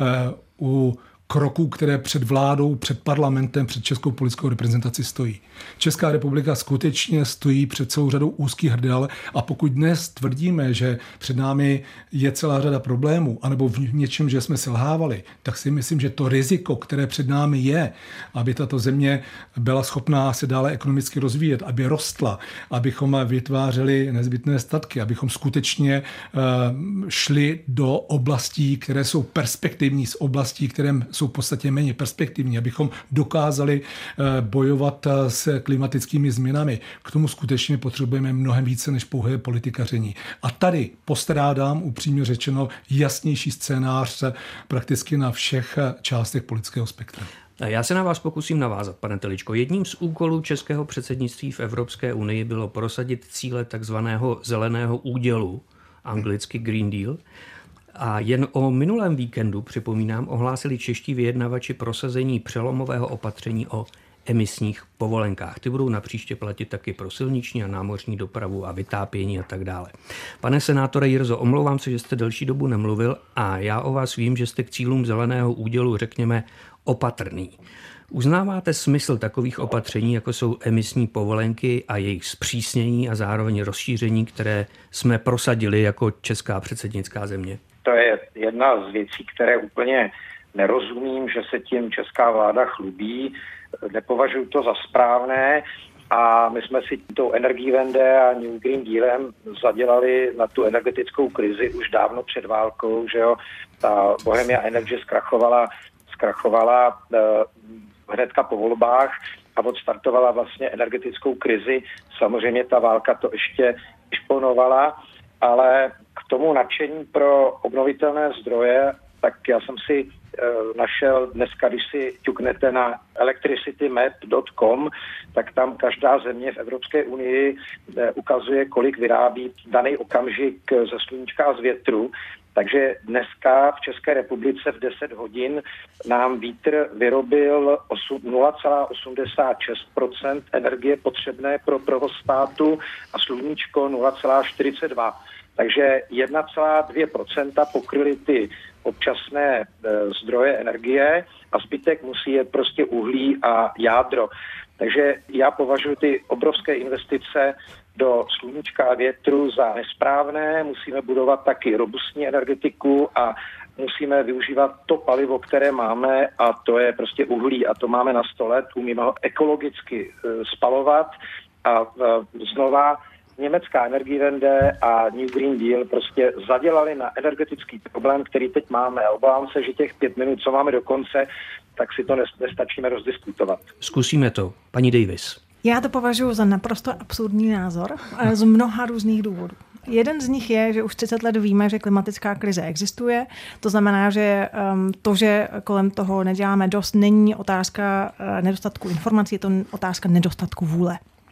u kroků, které před vládou, před parlamentem, před českou politickou reprezentací stojí. Česká republika skutečně stojí před celou řadou úzkých hrdel a pokud dnes tvrdíme, že před námi je celá řada problémů, anebo v něčem, že jsme selhávali, tak si myslím, že to riziko, které před námi je, aby tato země byla schopná se dále ekonomicky rozvíjet, aby rostla, abychom vytvářeli nezbytné statky, abychom skutečně uh, šli do oblastí, které jsou perspektivní, z oblastí, které jsou v podstatě méně perspektivní, abychom dokázali bojovat s klimatickými změnami. K tomu skutečně potřebujeme mnohem více než pouhé politikaření. A tady postrádám, upřímně řečeno, jasnější scénář prakticky na všech částech politického spektra. Já se na vás pokusím navázat, pane Teličko. Jedním z úkolů českého předsednictví v Evropské unii bylo prosadit cíle takzvaného zeleného údělu, anglicky Green Deal. A jen o minulém víkendu, připomínám, ohlásili čeští vyjednavači prosazení přelomového opatření o emisních povolenkách. Ty budou napříště platit taky pro silniční a námořní dopravu a vytápění a tak dále. Pane senátore Jirzo, omlouvám se, že jste delší dobu nemluvil a já o vás vím, že jste k cílům zeleného údělu, řekněme, opatrný. Uznáváte smysl takových opatření, jako jsou emisní povolenky a jejich zpřísnění a zároveň rozšíření, které jsme prosadili jako česká předsednická země? To je jedna z věcí, které úplně nerozumím, že se tím česká vláda chlubí. Nepovažuji to za správné a my jsme si tou Energiewende a New Green Dealem zadělali na tu energetickou krizi už dávno před válkou, že jo. Ta Bohemia Energy zkrachovala, zkrachovala uh, hnedka po volbách a odstartovala vlastně energetickou krizi. Samozřejmě ta válka to ještě išponovala, ale k tomu nadšení pro obnovitelné zdroje, tak já jsem si e, našel dneska, když si ťuknete na electricity map tečka com, tak tam každá země v Evropské unii e, ukazuje, kolik vyrábí daný okamžik ze sluníčka a z větru. Takže dneska v České republice v deset hodin nám vítr vyrobil nula celá osmdesát šest procent energie potřebné pro provoz státu a sluníčko nula celá čtyřicet dva. Takže jedna celá dvě procenta pokryly ty občasné e, zdroje energie a zbytek musí jet prostě uhlí a jádro. Takže já považuji ty obrovské investice do sluníčka a větru za nesprávné. Musíme budovat taky robustní energetiku a musíme využívat to palivo, které máme, a to je prostě uhlí a to máme na sto let. Umíme ho ekologicky e, spalovat a e, znova německá Energiewende a New Green Deal prostě zadělali na energetický problém, který teď máme. A obávám se, že těch pět minut, co máme do konce, tak si to nestačíme rozdiskutovat. Zkusíme to. Paní Davis. Já to považuji za naprosto absurdní názor, ale z mnoha různých důvodů. Jeden z nich je, že už třicet let víme, že klimatická krize existuje. To znamená, že um, to, že kolem toho neděláme dost, není otázka uh, nedostatku informací, je to otázka nedostatku vůle.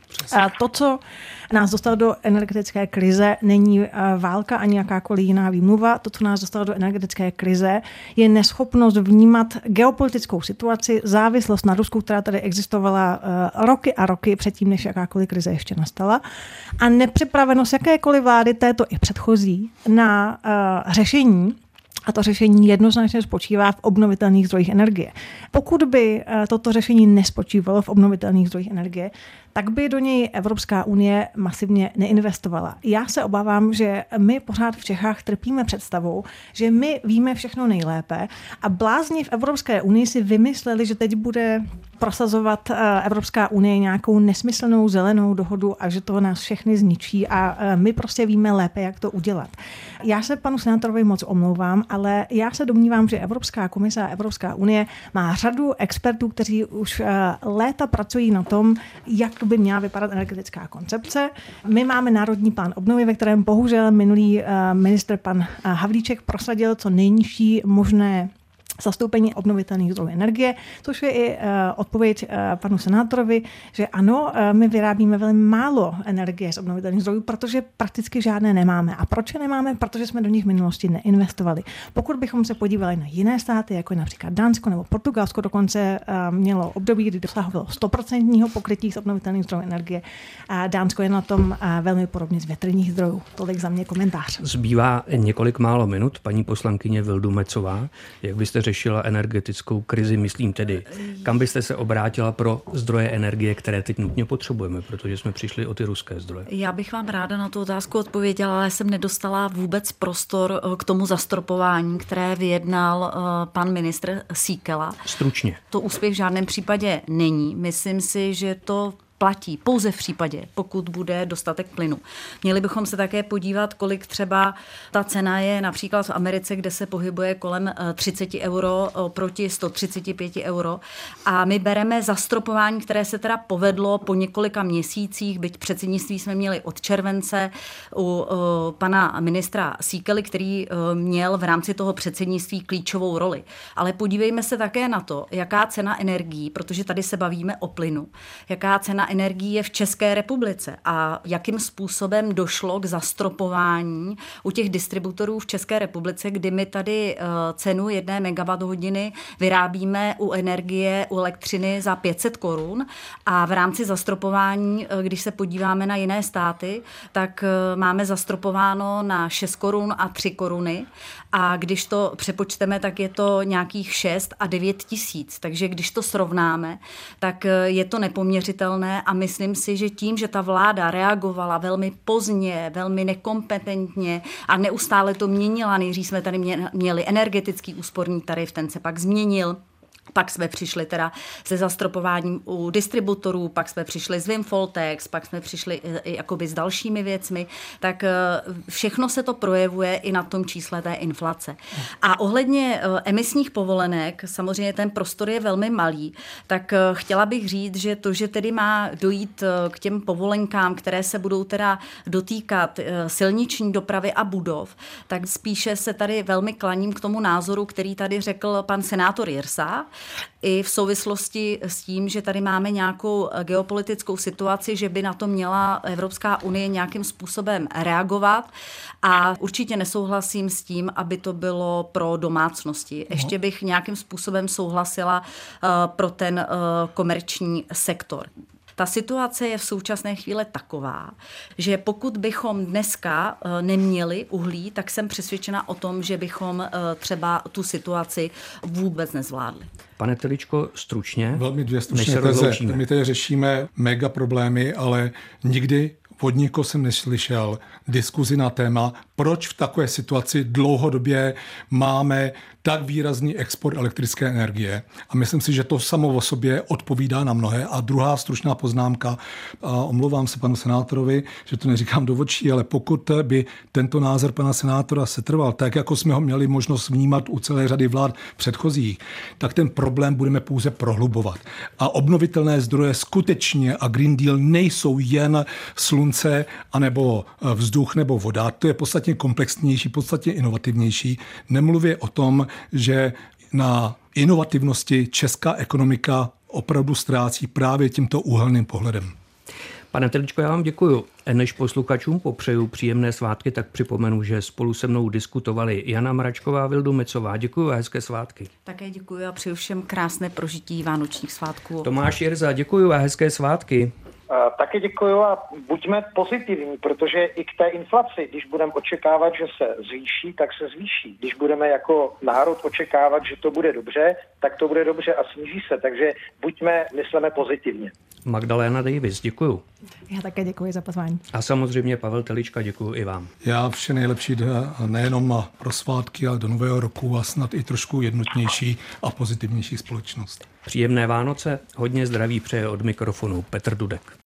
A to, co nás dostalo do energetické krize, není válka ani jakákoliv jiná výmluva. To, co nás dostalo do energetické krize, je neschopnost vnímat geopolitickou situaci, závislost na Rusku, která tady existovala roky a roky předtím, než jakákoliv krize ještě nastala, a nepřipravenost jakékoliv vlády, této i předchozí, na uh, řešení. A to řešení jednoznačně spočívá v obnovitelných zdrojích energie. Pokud by toto řešení nespočívalo v obnovitelných zdrojích energie, tak by do něj Evropská unie masivně neinvestovala. Já se obávám, že my pořád v Čechách trpíme představou, že my víme všechno nejlépe a blázni v Evropské unii si vymysleli, že teď bude prosazovat Evropská unie nějakou nesmyslnou zelenou dohodu a že to nás všechny zničí a my prostě víme lépe, jak to udělat. Já se panu senátorovi moc omlouvám, ale já se domnívám, že Evropská komise a Evropská unie má řadu expertů, kteří už léta pracují na tom, jak by měla vypadat energetická koncepce. My máme Národní plán obnovy, ve kterém bohužel minulý ministr pan Havlíček prosadil co nejnižší možné zastoupení obnovitelných zdrojů energie, což je i uh, odpověď uh, panu senátorovi, že ano, uh, my vyrábíme velmi málo energie z obnovitelných zdrojů, protože prakticky žádné nemáme. A proč je nemáme? Protože jsme do nich v minulosti neinvestovali. Pokud bychom se podívali na jiné státy, jako je například Dánsko nebo Portugalsko, dokonce uh, mělo období, kdy dosahovalo sto procent pokrytí z obnovitelných zdrojů energie. A Dánsko je na tom uh, velmi podobně z větrných zdrojů. Tolik za mě komentář. Zbývá několik málo minut, paní poslankyně Vildumecová. Jak byste řešila energetickou krizi, myslím tedy, kam byste se obrátila pro zdroje energie, které teď nutně potřebujeme, protože jsme přišli o ty ruské zdroje? Já bych vám ráda na tu otázku odpověděla, ale jsem nedostala vůbec prostor k tomu zastropování, které vyjednal pan ministr Síkela. Stručně. To úspěch v žádném případě není. Myslím si, že to platí pouze v případě, pokud bude dostatek plynu. Měli bychom se také podívat, kolik třeba ta cena je například v Americe, kde se pohybuje kolem třicet euro proti sto třicet pět euro. A my bereme zastropování, které se teda povedlo po několika měsících, byť předsednictví jsme měli od července u pana ministra Síkely, který měl v rámci toho předsednictví klíčovou roli. Ale podívejme se také na to, jaká cena energií, protože tady se bavíme o plynu, jaká cena energií je v České republice a jakým způsobem došlo k zastropování u těch distributorů v České republice, kdy my tady cenu jedné megawatthodiny vyrábíme u energie, u elektřiny za pět set korun a v rámci zastropování, když se podíváme na jiné státy, tak máme zastropováno na šest korun a tři koruny a když to přepočteme, tak je to nějakých šest a devět tisíc. Takže když to srovnáme, tak je to nepoměřitelné a myslím si, že tím, že ta vláda reagovala velmi pozdě, velmi nekompetentně a neustále to měnila, nejdřív jsme tady měli energetický úsporný tarif, ten se pak změnil. Pak jsme přišli teda se zastropováním u distributorů, pak jsme přišli s windfall tax, pak jsme přišli jakoby s dalšími věcmi, tak všechno se to projevuje i na tom čísle té inflace. A ohledně emisních povolenek, samozřejmě ten prostor je velmi malý, tak chtěla bych říct, že to, že tedy má dojít k těm povolenkám, které se budou teda dotýkat silniční dopravy a budov, tak spíše se tady velmi klaním k tomu názoru, který tady řekl pan senátor Jirsa, i v souvislosti s tím, že tady máme nějakou geopolitickou situaci, že by na to měla Evropská unie nějakým způsobem reagovat a určitě nesouhlasím s tím, aby to bylo pro domácnosti. Ještě bych nějakým způsobem souhlasila uh, pro ten uh, komerční sektor. Ta situace je v současné chvíli taková, že pokud bychom dneska neměli uhlí, tak jsem přesvědčena o tom, že bychom třeba tu situaci vůbec nezvládli. Pane Teličko, stručně. Velmi dvě stručné teze. My tady řešíme mega problémy, ale nikdy od nikoho jsem neslyšel diskuzi na téma, proč v takové situaci dlouhodobě máme tak výrazný export elektrické energie. A myslím si, že to samo o sobě odpovídá na mnohé. A druhá stručná poznámka, a omlouvám se panu senátorovi, že to neříkám do očí, ale pokud by tento názor pana senátora setrval, tak jako jsme ho měli možnost vnímat u celé řady vlád předchozích, tak ten problém budeme pouze prohlubovat. A obnovitelné zdroje skutečně a Green Deal nejsou jen slunce, anebo vzduch nebo voda. To je podstatně komplexnější, podstatně inovativnější. Nemluvě o tom, že na inovativnosti česká ekonomika opravdu ztrácí právě tímto úhelným pohledem. Pane Teličko, já vám děkuju. Než posluchačům popřeju příjemné svátky, tak připomenu, že spolu se mnou diskutovali Jana Mračková a Vildumecová. Děkuju a hezké svátky. Také děkuji a přeju všem krásné prožití vánočních svátků. Tomáš Jirza, děkuju a hezké svátky. Taky děkuju a buďme pozitivní, protože i k té inflaci, když budeme očekávat, že se zvýší, tak se zvýší. Když budeme jako národ očekávat, že to bude dobře, tak to bude dobře a sníží se. Takže buďme, mysleme pozitivně. Magdalena Davis, děkuju. Já také děkuji za pozvání. A samozřejmě Pavel Telička, děkuju i vám. Já vše nejlepší nejenom pro svátky, ale do nového roku a snad i trošku jednotnější a pozitivnější společnost. Příjemné Vánoce, hodně zdraví přeje od mikrofonu Petr Dudek.